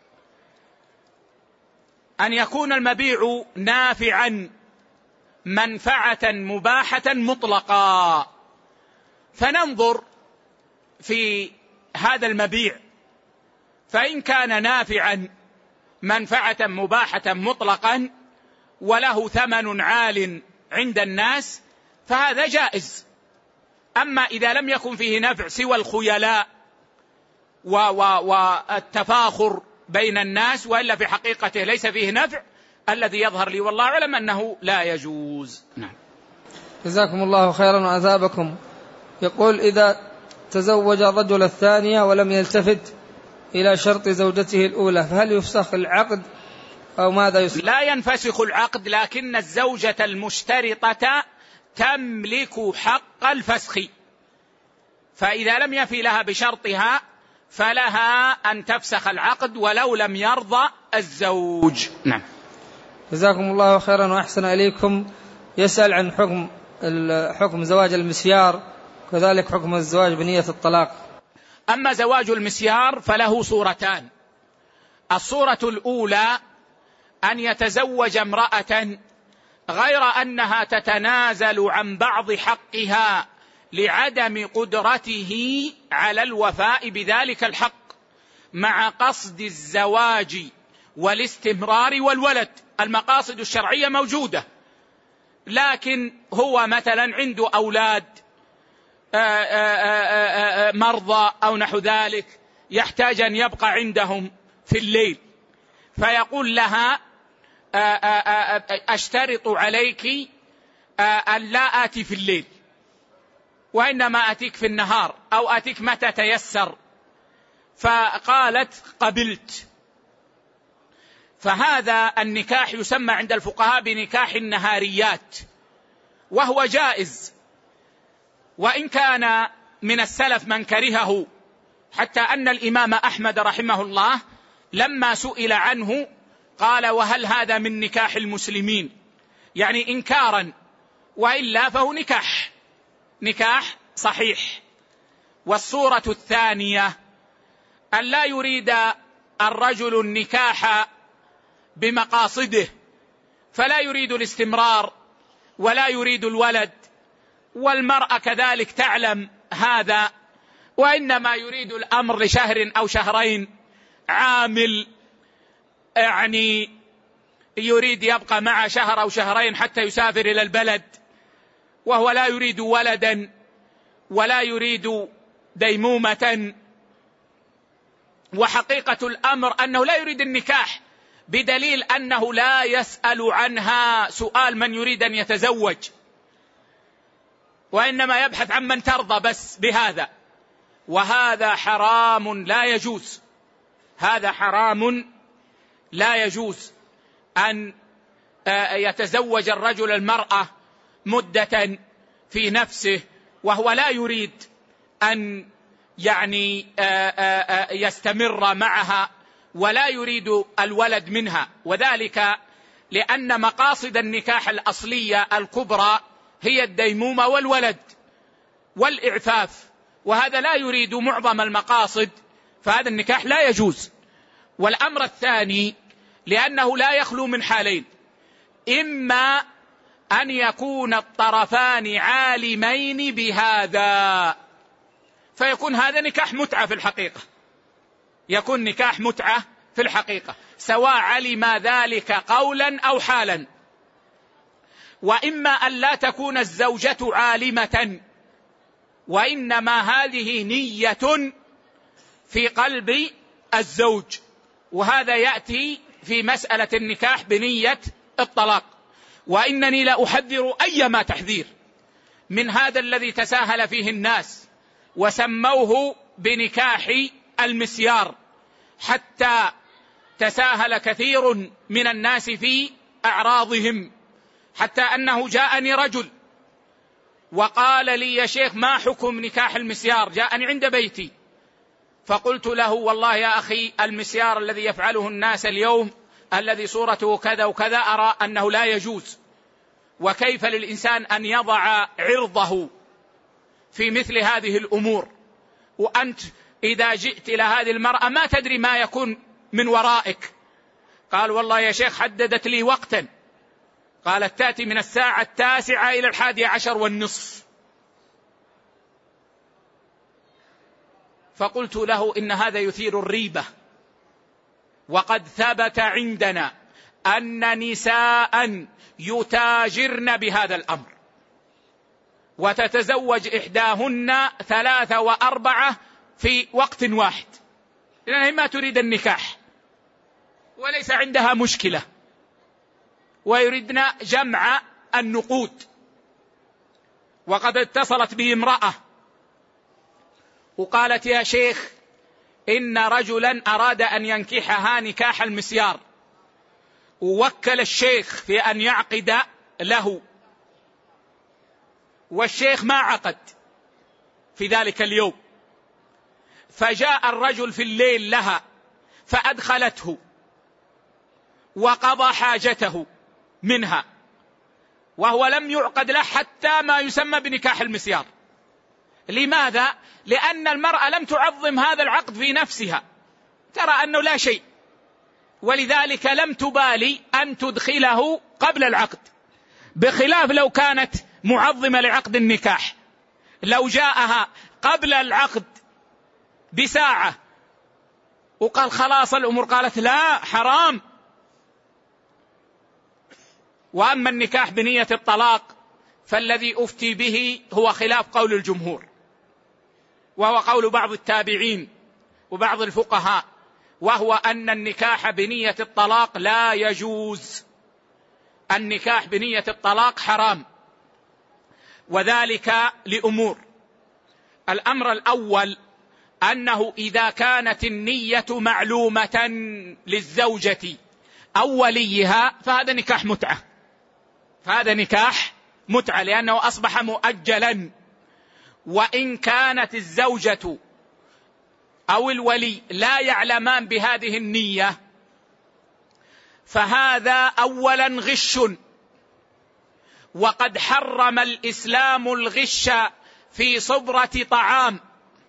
أن يكون المبيع نافعا منفعة مباحة مطلقا، فننظر في هذا المبيع، فإن كان نافعا منفعة مباحة مطلقا وله ثمن عال عند الناس فهذا جائز. أما إذا لم يكن فيه نفع سوى الخيلاء والتفاخر بين الناس وإلا في حقيقته ليس فيه نفع، الذي يظهر لي والله أعلم أنه لا يجوز. نعم. جزاكم الله خيرا وأثابكم. يقول: إذا تزوج الرجل الثانية ولم يلتفت إلى شرط زوجته الأولى فهل يفسخ العقد أو ماذا يفسخ؟ لا ينفسخ العقد، لكن الزوجة المشترطة تملك حق الفسخ، فإذا لم يفي لها بشرطها فلها أن تفسخ العقد ولو لم يرضى الزوج. نعم. جزاكم الله خيرا وأحسن إليكم. يسأل عن حكم حكم زواج المسيار، كذلك حكم الزواج بنية الطلاق. أما زواج المسيار فله صورتان. الصورة الأولى أن يتزوج امرأة غير أنها تتنازل عن بعض حقها لعدم قدرته على الوفاء بذلك الحق، مع قصد الزواج والاستمرار والولد. المقاصد الشرعية موجودة، لكن هو مثلا عنده أولاد مرضى أو نحو ذلك يحتاج أن يبقى عندهم في الليل، فيقول لها: أشترط عليك أن لا آتي في الليل وإنما أتيك في النهار أو أتيك متى تيسر، فقالت: قبلت. فهذا النكاح يسمى عند الفقهاء بنكاح النهاريات، وهو جائز، وإن كان من السلف من كرهه، حتى أن الإمام أحمد رحمه الله لما سئل عنه قال: وهل هذا من نكاح المسلمين؟ يعني إنكارا، وإلا فهو نكاح نكاح صحيح. والصورة الثانية أن لا يريد الرجل النكاح بمقاصده، فلا يريد الاستمرار ولا يريد الولد، والمرأة كذلك تعلم هذا، وإنما يريد الأمر لشهر أو شهرين، عامل يعني يريد يبقى مع شهر أو شهرين حتى يسافر إلى البلد، وهو لا يريد ولدا ولا يريد ديمومة. وحقيقة الأمر أنه لا يريد النكاح، بدليل أنه لا يسأل عنها سؤال من يريد أن يتزوج، وإنما يبحث عن من ترضى بس بهذا، وهذا حرام لا يجوز. هذا حرام لا يجوز أن يتزوج الرجل المرأة مدة في نفسه وهو لا يريد أن يعني يستمر معها ولا يريد الولد منها، وذلك لأن مقاصد النكاح الأصلية الكبرى هي الديمومة والولد والإعفاف، وهذا لا يريد معظم المقاصد، فهذا النكاح لا يجوز. والأمر الثاني لأنه لا يخلو من حالين: إما أن يكون الطرفان عالمين بهذا فيكون هذا نكاح متعة في الحقيقة، يكون نكاح متعة في الحقيقة سواء علم ذلك قولا أو حالا، وإما أن لا تكون الزوجة عالمة وإنما هذه نية في قلب الزوج، وهذا يأتي في مسألة النكاح بنية الطلاق. وإنني لا أحذر أيما تحذير من هذا الذي تساهل فيه الناس وسموه بنكاح المسيار، حتى تساهل كثير من الناس في أعراضهم، حتى أنه جاءني رجل وقال لي: يا شيخ ما حكم نكاح المسيار؟ جاءني عند بيتي، فقلت له: والله يا أخي المسيار الذي يفعله الناس اليوم الذي صورته كذا وكذا أرى أنه لا يجوز، وكيف للإنسان أن يضع عرضه في مثل هذه الأمور، وأنت إذا جئت إلى هذه المرأة ما تدري ما يكون من ورائك. قال: والله يا شيخ حددت لي وقتا، قالت تأتي من الساعة التاسعة إلى الحادية عشر والنصف. فقلت له: إن هذا يثير الريبة، وقد ثبت عندنا أن نساء يتاجرن بهذا الأمر وتتزوج إحداهن ثلاثة وأربعة في وقت واحد، لأنها ما تريد النكاح وليس عندها مشكلة، ويريدن جمع النقود. وقد اتصلت به امرأة وقالت: يا شيخ إن رجلا أراد أن ينكحها نكاح المسيار، ووكل الشيخ في أن يعقد له، والشيخ ما عقد في ذلك اليوم، فجاء الرجل في الليل لها فأدخلته وقضى حاجته منها، وهو لم يعقد له حتى ما يسمى بنكاح المسيار. لماذا؟ لأن المرأة لم تعظم هذا العقد في نفسها، ترى أنه لا شيء، ولذلك لم تبالي أن تدخله قبل العقد، بخلاف لو كانت معظمة لعقد النكاح، لو جاءها قبل العقد بساعة وقال خلاص الأمور، قالت لا حرام. وأما النكاح بنية الطلاق فالذي أفتي به هو خلاف قول الجمهور، وهو قول بعض التابعين وبعض الفقهاء، وهو أن النكاح بنية الطلاق لا يجوز، النكاح بنية الطلاق حرام، وذلك لأمور. الأمر الأول أنه إذا كانت النية معلومة للزوجة أو وليها فهذا نكاح متعة، فهذا نكاح متعة لأنه أصبح مؤجلا. وإن كانت الزوجة أو الولي لا يعلمان بهذه النية فهذا أولا غش، وقد حرم الإسلام الغش في صبرة طعام.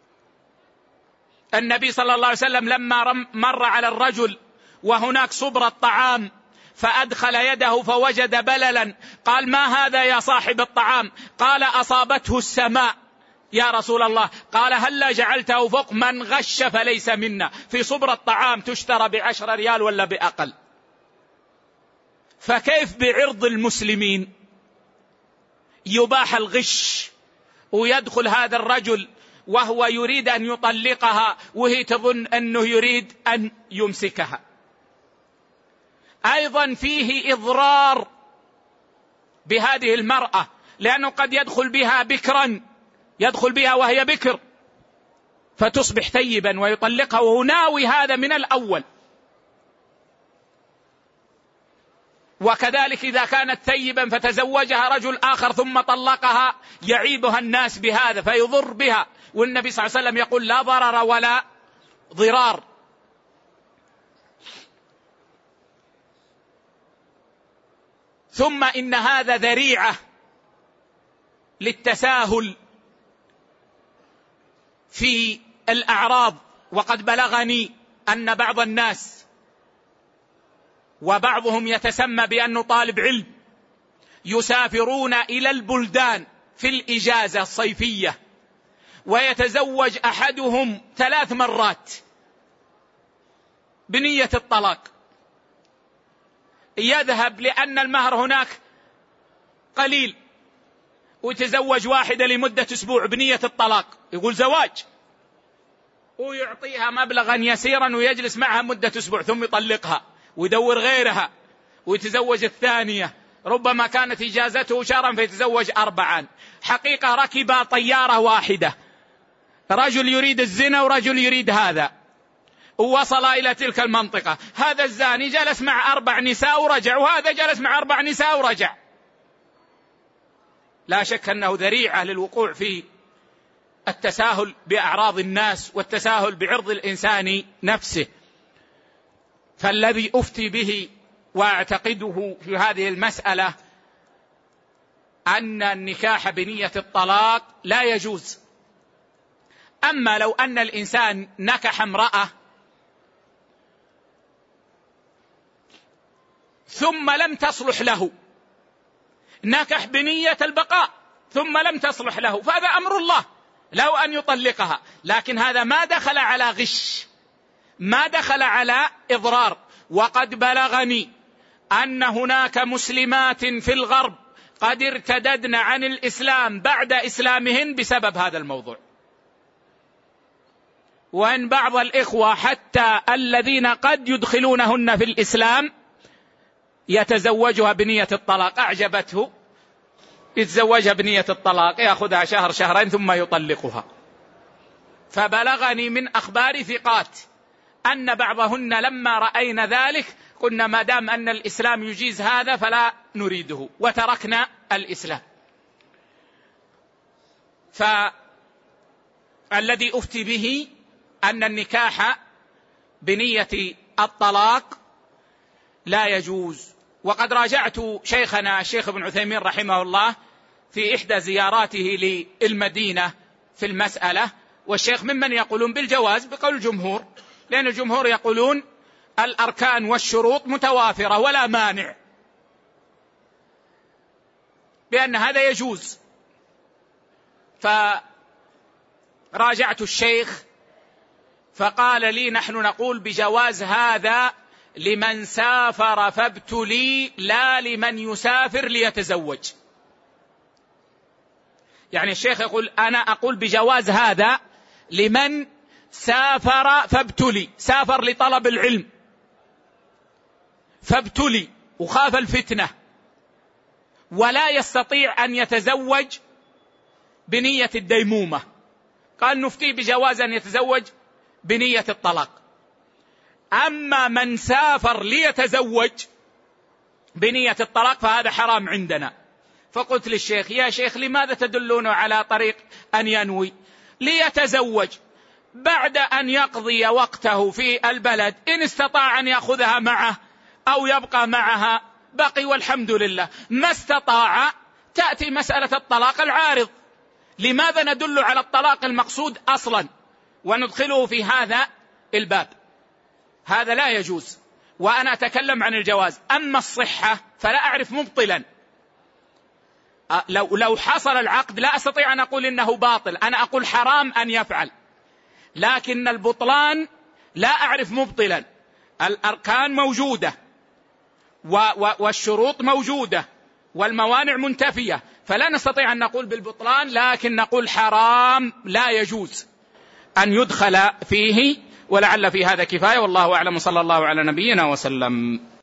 النبي صلى الله عليه وسلم لما مر على الرجل وهناك صبرة طعام فأدخل يده فوجد بللا، قال: ما هذا يا صاحب الطعام؟ قال: أصابته السماء يا رسول الله. قال: هلا جعلته فوق؟ من غش فليس منا. في صبرة طعام تشترى بعشر ريال ولا بأقل، فكيف بعرض المسلمين يباح الغش ويدخل هذا الرجل وهو يريد أن يطلقها وهي تظن أنه يريد أن يمسكها؟ أيضا فيه إضرار بهذه المرأة، لأنه قد يدخل بها بكرا، يدخل بها وهي بكر فتصبح ثيبا ويطلقها وهو ناوي هذا من الأول. وكذلك إذا كانت ثيبا فتزوجها رجل آخر ثم طلقها يعيبها الناس بهذا فيضر بها، والنبي صلى الله عليه وسلم يقول: لا ضرر ولا ضرار. ثم إن هذا ذريعة للتساهل في الأعراض. وقد بلغني أن بعض الناس وبعضهم يتسمى بأنه طالب علم يسافرون إلى البلدان في الإجازة الصيفية ويتزوج أحدهم ثلاث مرات بنية الطلاق. يذهب لأن المهر هناك قليل ويتزوج واحدة لمدة أسبوع بنية الطلاق، يقول زواج، ويعطيها مبلغا يسيرا ويجلس معها مدة أسبوع ثم يطلقها ويدور غيرها ويتزوج الثانية. ربما كانت إجازته شهرا فيتزوج أربعا. حقيقة ركب طيارة واحدة، رجل يريد الزنا ورجل يريد هذا، ووصل إلى تلك المنطقة. هذا الزاني جلس مع أربع نساء ورجع، وهذا جلس مع أربع نساء ورجع. لا شك أنه ذريعة للوقوع في التساهل بأعراض الناس والتساهل بعرض الإنسان نفسه. فالذي أفتي به وأعتقده في هذه المسألة أن النكاح بنية الطلاق لا يجوز. أما لو أن الإنسان نكح امرأة ثم لم تصلح له، نكح بنية البقاء ثم لم تصلح له، فهذا أمر الله له أن يطلقها، لكن هذا ما دخل على غش، ما دخل على إضرار. وقد بلغني أن هناك مسلمات في الغرب قد ارتددن عن الإسلام بعد إسلامهن بسبب هذا الموضوع. وإن بعض الإخوة حتى الذين قد يدخلونهن في الإسلام يتزوجها بنية الطلاق، أعجبته يتزوجها بنية الطلاق، يأخذها شهر شهرين ثم يطلقها. فبلغني من أخبار ثقات أن بعضهن لما رأينا ذلك قلنا ما دام أن الإسلام يجيز هذا فلا نريده، وتركنا الإسلام. فالذي أفتي به أن النكاح بنية الطلاق لا يجوز. وقد راجعت شيخنا الشيخ ابن عثيمين رحمه الله في إحدى زياراته للمدينة في المسألة، والشيخ ممن يقولون بالجواز بقول الجمهور، لأن الجمهور يقولون الأركان والشروط متوافرة ولا مانع، بأن هذا يجوز. فراجعت الشيخ فقال لي نحن نقول بجواز هذا لمن سافر فابتلي، لا لمن يسافر ليتزوج. يعني الشيخ يقول أنا أقول بجواز هذا لمن سافر فابتلي، سافر لطلب العلم فابتلي وخاف الفتنة ولا يستطيع أن يتزوج بنية الديمومة، قال نفتي بجواز أن يتزوج بنية الطلاق. أما من سافر ليتزوج بنية الطلاق فهذا حرام عندنا. فقلت للشيخ يا شيخ لماذا تدلون على طريق أن ينوي؟ ليتزوج بعد أن يقضي وقته في البلد، إن استطاع أن يأخذها معه أو يبقى معها بقي والحمد لله، ما استطاع تأتي مسألة الطلاق العارض. لماذا ندل على الطلاق المقصود أصلا وندخله في هذا الباب؟ هذا لا يجوز. وأنا أتكلم عن الجواز. أما الصحة فلا أعرف مبطلا. لو لو حصل العقد لا أستطيع أن أقول إنه باطل، أنا أقول حرام أن يفعل، لكن البطلان لا أعرف مبطلا. الأركان موجودة والشروط موجودة والموانع منتفية، فلا نستطيع أن نقول بالبطلان، لكن نقول حرام لا يجوز أن يدخل فيه. ولعل في هذا كفاية، والله أعلم، صلى الله على نبينا وسلم.